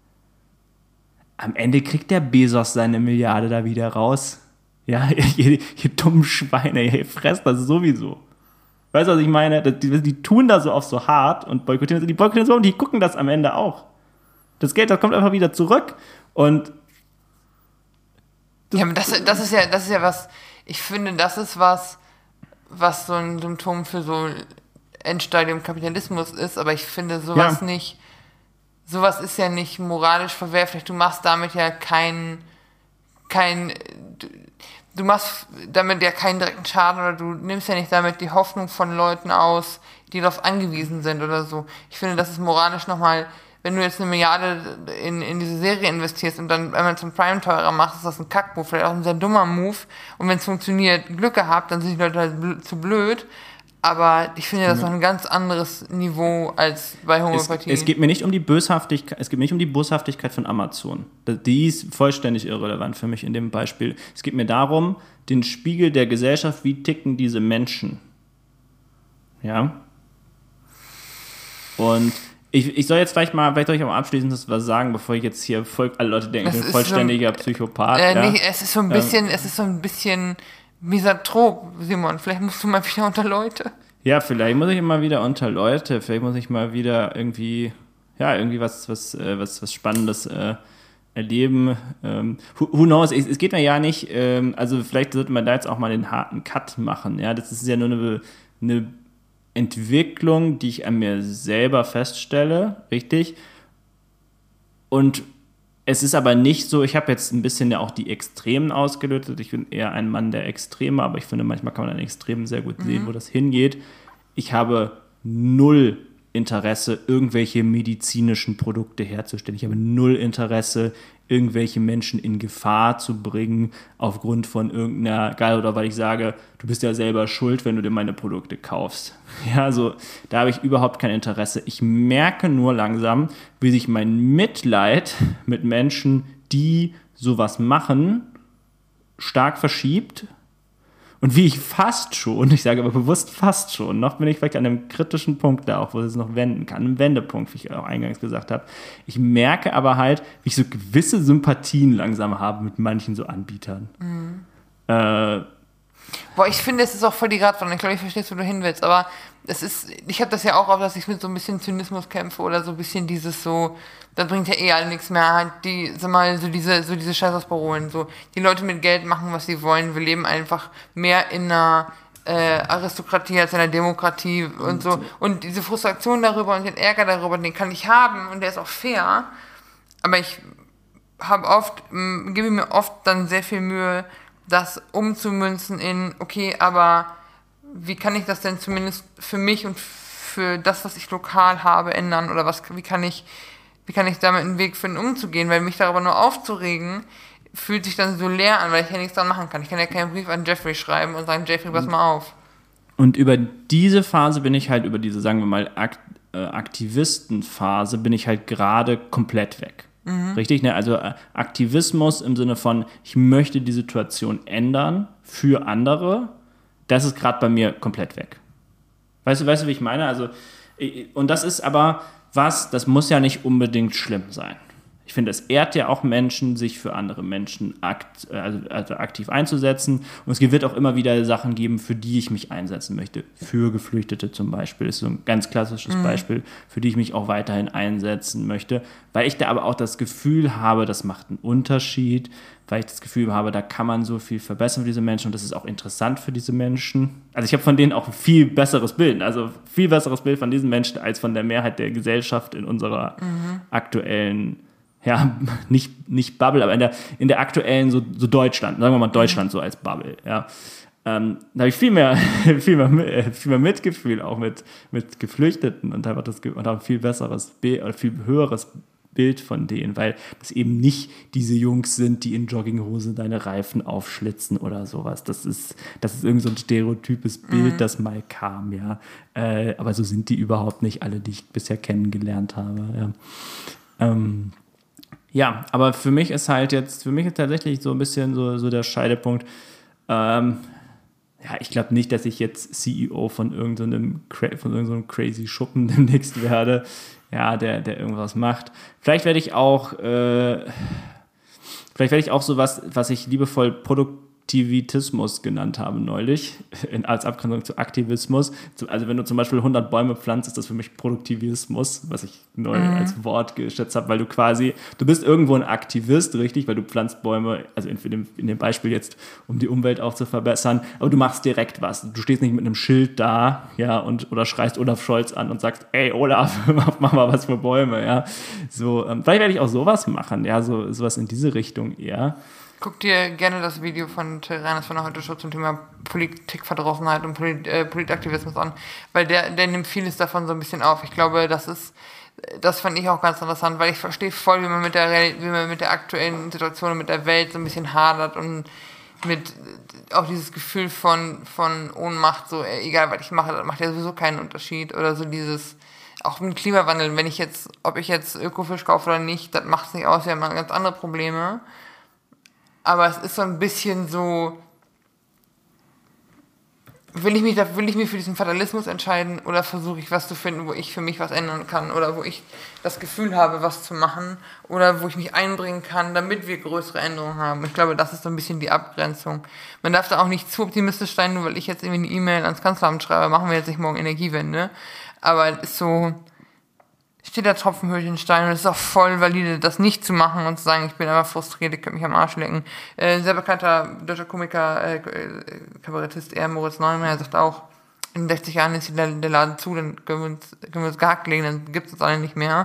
Am Ende kriegt der Bezos seine Milliarde da wieder raus. Ja, ihr dummen Schweine, ihr fresst das sowieso. Weißt du, was ich meine? Die tun da so oft so hart und boykottieren so und die gucken das am Ende auch. Das Geld, das kommt einfach wieder zurück und ja, aber das ist ja was, ich finde, das ist was so ein Symptom für so Endstadium Kapitalismus ist, aber ich finde sowas nicht, sowas ist ja nicht moralisch verwerflich. Du machst damit ja du machst damit ja keinen direkten Schaden oder du nimmst ja nicht damit die Hoffnung von Leuten aus, die darauf angewiesen sind oder so. Ich finde, das ist moralisch nochmal, wenn du jetzt 1 Milliarde in diese Serie investierst und dann einmal zum Prime teurer machst, ist das ein Kackmove, vielleicht auch ein sehr dummer Move. Und wenn es funktioniert, Glück gehabt, dann sind die Leute halt zu blöd. Aber ich finde, das ist noch ein ganz anderes Niveau als bei Homöopathie. Es geht mir nicht um die Boshaftigkeit von Amazon. Die ist vollständig irrelevant für mich in dem Beispiel. Es geht mir darum, den Spiegel der Gesellschaft, wie ticken diese Menschen. Ja? Und ich soll jetzt vielleicht soll ich auch abschließend was sagen, bevor ich jetzt hier alle Leute denken, ich bin vollständiger Psychopath. Nee, es ist so ein bisschen Misanthrop, Simon. Vielleicht musst du mal wieder unter Leute. Ja, vielleicht muss ich immer wieder unter Leute. Vielleicht muss ich mal wieder irgendwie was Spannendes erleben. Who knows? Es geht mir ja nicht. Also vielleicht sollte man da jetzt auch mal den harten Cut machen. Ja, das ist ja nur eine Entwicklung, die ich an mir selber feststelle, richtig? Und es ist aber nicht so, ich habe jetzt ein bisschen ja auch die Extremen ausgelötet. Ich bin eher ein Mann der Extreme, aber ich finde, manchmal kann man an Extremen sehr gut sehen, wo das hingeht. Ich habe 0 Interesse, irgendwelche medizinischen Produkte herzustellen. Ich habe 0 Interesse, irgendwelche Menschen in Gefahr zu bringen aufgrund von irgendeiner, oder weil ich sage, du bist ja selber schuld, wenn du dir meine Produkte kaufst. Ja, also da habe ich überhaupt kein Interesse. Ich merke nur langsam, wie sich mein Mitleid mit Menschen, die sowas machen, stark verschiebt. Und wie ich ich sage aber bewusst fast schon, noch bin ich vielleicht an einem kritischen Punkt da auch, wo es noch wenden kann, einem Wendepunkt, wie ich auch eingangs gesagt habe. Ich merke aber halt, wie ich so gewisse Sympathien langsam habe mit manchen so Anbietern. Ich finde, es ist auch voll die Gratwanderung. Ich glaube, ich verstehe, wo du hin willst, aber ich habe das ja auch, dass ich mit so ein bisschen Zynismus kämpfe oder so ein bisschen dieses so, das bringt ja alle nichts mehr. Diese Scheiß aus Parolen. So, die Leute mit Geld machen, was sie wollen. Wir leben einfach mehr in einer Aristokratie als in einer Demokratie und so. Und diese Frustration darüber und den Ärger darüber, den kann ich haben und der ist auch fair. Aber ich gebe mir oft dann sehr viel Mühe, das umzumünzen in, okay, aber wie kann ich das denn zumindest für mich und für das, was ich lokal habe, ändern? Oder wie kann ich damit einen Weg finden, umzugehen? Weil mich darüber nur aufzuregen, fühlt sich dann so leer an, weil ich ja nichts dran machen kann. Ich kann ja keinen Brief an Jeffrey schreiben und sagen, Jeffrey, pass mal auf. Und über diese Phase bin ich halt, über diese, sagen wir mal, Aktivistenphase, bin ich halt gerade komplett weg. Richtig, ne? Also Aktivismus im Sinne von, ich möchte die Situation ändern für andere, das ist gerade bei mir komplett weg. Weißt du, wie ich meine? Also, und das ist aber das muss ja nicht unbedingt schlimm sein. Ich finde, es ehrt ja auch Menschen, sich für andere Menschen aktiv einzusetzen. Und es wird auch immer wieder Sachen geben, für die ich mich einsetzen möchte. Für Geflüchtete zum Beispiel. Das ist so ein ganz klassisches Beispiel, für die ich mich auch weiterhin einsetzen möchte. Weil ich da aber auch das Gefühl habe, das macht einen Unterschied. Weil ich das Gefühl habe, da kann man so viel verbessern für diese Menschen. Und das ist auch interessant für diese Menschen. Also ich habe von denen auch ein viel besseres Bild. Also viel besseres Bild von diesen Menschen als von der Mehrheit der Gesellschaft in unserer aktuellen, ja, nicht Bubble, aber in der aktuellen so Deutschland, sagen wir mal Deutschland so als Bubble, ja. Da habe ich viel mehr Mitgefühl auch mit Geflüchteten und einfach und auch ein viel besseres, viel höheres Bild von denen, weil das eben nicht diese Jungs sind, die in Jogginghose deine Reifen aufschlitzen oder sowas. Das ist irgend so ein stereotypes Bild, das mal kam, ja. Aber so sind die überhaupt nicht, alle, die ich bisher kennengelernt habe, ja. Ja, aber für mich ist tatsächlich so ein bisschen so der Scheidepunkt, ja, ich glaube nicht, dass ich jetzt CEO von irgendeinem crazy Schuppen demnächst werde, ja, der irgendwas macht. Vielleicht werde ich auch sowas, was ich liebevoll Produktivitismus genannt habe neulich, als Abgrenzung zu Aktivismus. Also wenn du zum Beispiel 100 Bäume pflanzt, ist das für mich Produktivismus, was ich neu als Wort geschätzt habe, weil du bist irgendwo ein Aktivist, richtig, weil du pflanzt Bäume, also in dem Beispiel jetzt, um die Umwelt auch zu verbessern, aber du machst direkt was. Du stehst nicht mit einem Schild da, ja, oder schreist Olaf Scholz an und sagst, ey Olaf, mach mal was für Bäume, ja. So, vielleicht werde ich auch sowas machen, ja, sowas in diese Richtung eher. Guck dir gerne das Video von Till Reiners von der Heute-Show zum Thema Politikverdrossenheit und Politaktivismus an, weil der nimmt vieles davon so ein bisschen auf. Ich glaube, das fand ich auch ganz interessant, weil ich verstehe voll, wie man mit der aktuellen Situation und mit der Welt so ein bisschen hadert und mit auch dieses Gefühl von Ohnmacht, so egal was ich mache, das macht ja sowieso keinen Unterschied, oder so dieses, auch mit dem Klimawandel, ob ich jetzt Ökofisch kaufe oder nicht, das macht es nicht aus, wir haben ganz andere Probleme. Aber es ist so ein bisschen so, will ich mich für diesen Fatalismus entscheiden oder versuche ich was zu finden, wo ich für mich was ändern kann oder wo ich das Gefühl habe, was zu machen oder wo ich mich einbringen kann, damit wir größere Änderungen haben. Ich glaube, das ist so ein bisschen die Abgrenzung. Man darf da auch nicht zu optimistisch sein, nur weil ich jetzt irgendwie eine E-Mail ans Kanzleramt schreibe, machen wir jetzt nicht morgen Energiewende. Aber es ist so, steht der Tropfen höhlt den Stein und es ist auch voll valide, das nicht zu machen und zu sagen, ich bin einfach frustriert, ich könnte mich am Arsch lecken. Sehr bekannter deutscher Komiker, Kabarettist Moritz Neumeier sagt auch, in 60 Jahren ist der Laden zu, dann können wir uns gehackt legen, dann gibt es uns alle nicht mehr.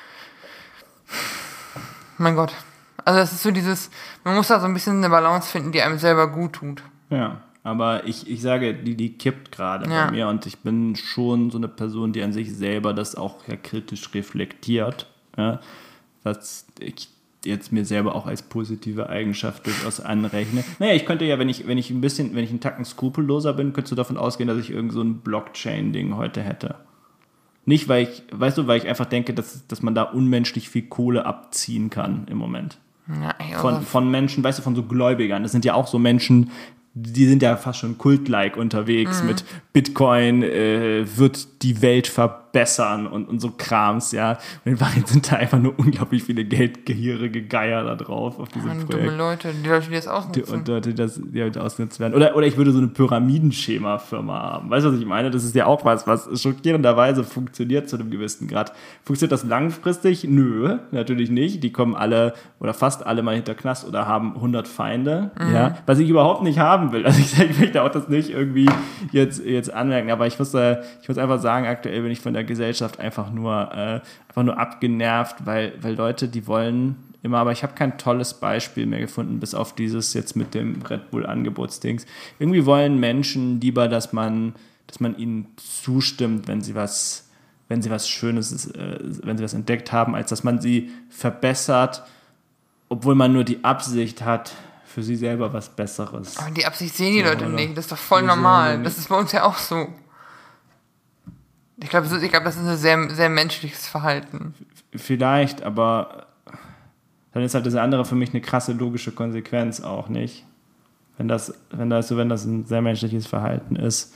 Mein Gott. Also das ist so dieses, man muss da so ein bisschen eine Balance finden, die einem selber gut tut. Ja. Aber ich sage, die kippt gerade bei mir und ich bin schon so eine Person, die an sich selber das auch ja kritisch reflektiert, ja, was ich jetzt mir selber auch als positive Eigenschaft durchaus anrechne. Naja, ich könnte ja, wenn ich einen Tacken skrupelloser bin, könntest du davon ausgehen, dass ich irgend so ein Blockchain-Ding heute hätte. Nicht, weil ich einfach denke, dass man da unmenschlich viel Kohle abziehen kann im Moment. Ja, von Menschen, weißt du, von so Gläubigern. Das sind ja auch so Menschen, die sind ja fast schon kult-like unterwegs mit Bitcoin wird die Welt verbessern und so Krams, ja. Und in Wahrheit sind da einfach nur unglaublich viele geldgierige Geier da drauf auf diesem Projekt. Dumme Leute, die das ausnutzen. Die ausgenutzt werden. Oder ich würde so eine Pyramidenschema-Firma haben. Weißt du, was ich meine? Das ist ja auch was schockierenderweise funktioniert zu einem gewissen Grad. Funktioniert das langfristig? Nö, natürlich nicht. Die kommen alle oder fast alle mal hinter Knast oder haben 100 Feinde, ja. Was ich überhaupt nicht haben will. Also ich möchte auch das nicht irgendwie jetzt anmerken, aber ich muss einfach sagen, aktuell bin ich von der Gesellschaft einfach nur abgenervt, weil Leute, die wollen immer, aber ich habe kein tolles Beispiel mehr gefunden, bis auf dieses jetzt mit dem Red Bull Angebotsdings. Irgendwie wollen Menschen lieber, dass man ihnen zustimmt, wenn sie was Schönes, wenn sie was entdeckt haben, als dass man sie verbessert, obwohl man nur die Absicht hat, für sie selber was Besseres. Aber die Absicht sehen die Leute nicht. Das ist doch voll normal. Das ist bei uns ja auch so. Ich glaube, das ist ein sehr, sehr menschliches Verhalten. Vielleicht, aber dann ist halt das andere für mich eine krasse logische Konsequenz auch nicht. Wenn das ein sehr menschliches Verhalten ist.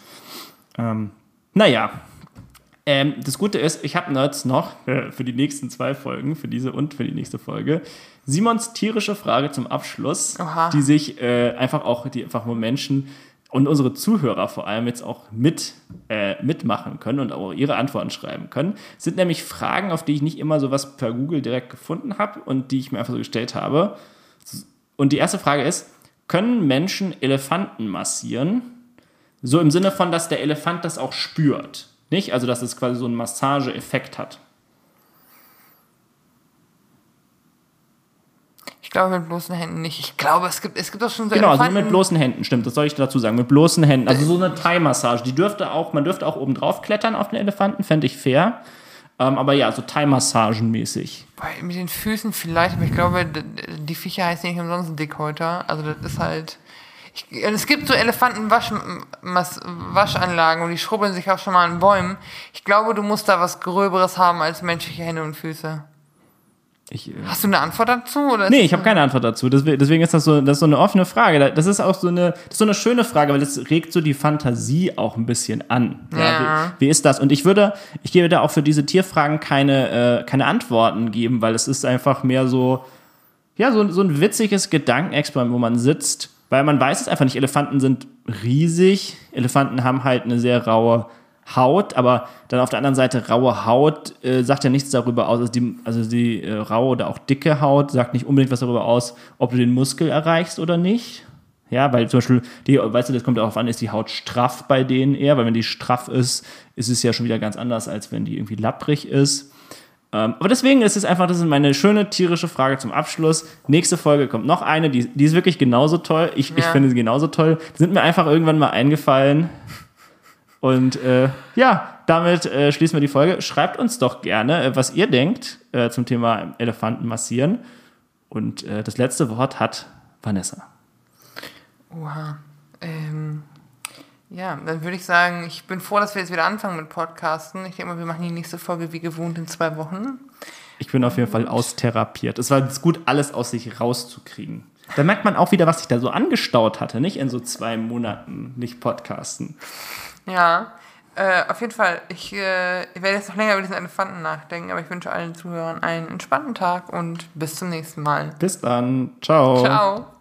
Das Gute ist, ich habe jetzt noch für die nächsten 2 Folgen, für diese und für die nächste Folge, Simons tierische Frage zum Abschluss, die sich wo Menschen und unsere Zuhörer vor allem jetzt auch mitmachen können und auch ihre Antworten schreiben können, sind nämlich Fragen, auf die ich nicht immer sowas per Google direkt gefunden habe und die ich mir einfach so gestellt habe. Und die erste Frage ist, können Menschen Elefanten massieren? So im Sinne von, dass der Elefant das auch spürt. Nicht? Also, dass es quasi so einen Massageeffekt hat. Ich glaube mit bloßen Händen nicht. Ich glaube, es gibt auch schon so Elefanten. Genau, also mit bloßen Händen, stimmt, das soll ich dazu sagen. Mit bloßen Händen. Also so eine Thai-Massage. Man dürfte auch oben drauf klettern auf den Elefanten, fände ich fair. Aber ja, so Thai-Massagen-mäßig. Mit den Füßen vielleicht, aber ich glaube, die Viecher heißen nicht umsonst Dickhäuter. Also das ist halt... es gibt so Elefantenwaschanlagen und die schrubbeln sich auch schon mal an Bäumen. Ich glaube, du musst da was Gröberes haben als menschliche Hände und Füße. Hast du eine Antwort dazu? Oder nee, ich habe keine Antwort dazu. Deswegen ist das so eine offene Frage. Das ist auch so eine schöne Frage, weil das regt so die Fantasie auch ein bisschen an. Ja. Wie ist das? Und ich gebe da auch für diese Tierfragen keine Antworten geben, weil es ist einfach mehr so ein witziges Gedankenexperiment, wo man sitzt, weil man weiß es einfach nicht. Elefanten sind riesig. Elefanten haben halt eine sehr raue Haut, aber dann auf der anderen Seite raue Haut sagt ja nichts darüber aus, also die raue oder auch dicke Haut sagt nicht unbedingt was darüber aus, ob du den Muskel erreichst oder nicht. Ja, weil zum Beispiel, das kommt darauf an, ist die Haut straff bei denen eher, weil wenn die straff ist, ist es ja schon wieder ganz anders, als wenn die irgendwie lapprig ist. Aber deswegen das ist meine schöne tierische Frage zum Abschluss. Nächste Folge kommt noch eine, die ist wirklich genauso toll. Ich finde sie genauso toll. Die sind mir einfach irgendwann mal eingefallen. Und damit schließen wir die Folge. Schreibt uns doch gerne, was ihr denkt zum Thema Elefanten massieren. Und das letzte Wort hat Vanessa. Oha. Dann würde ich sagen, ich bin froh, dass wir jetzt wieder anfangen mit Podcasten. Ich denke mal, wir machen die nächste Folge wie gewohnt in 2 Wochen. Ich bin auf jeden Fall austherapiert. Es war gut, alles aus sich rauszukriegen. Da merkt man auch wieder, was sich da so angestaut hatte, nicht? In so 2 Monaten nicht podcasten. Ja, auf jeden Fall. Ich werde jetzt noch länger über diesen Elefanten nachdenken, aber ich wünsche allen Zuhörern einen entspannten Tag und bis zum nächsten Mal. Bis dann. Ciao. Ciao.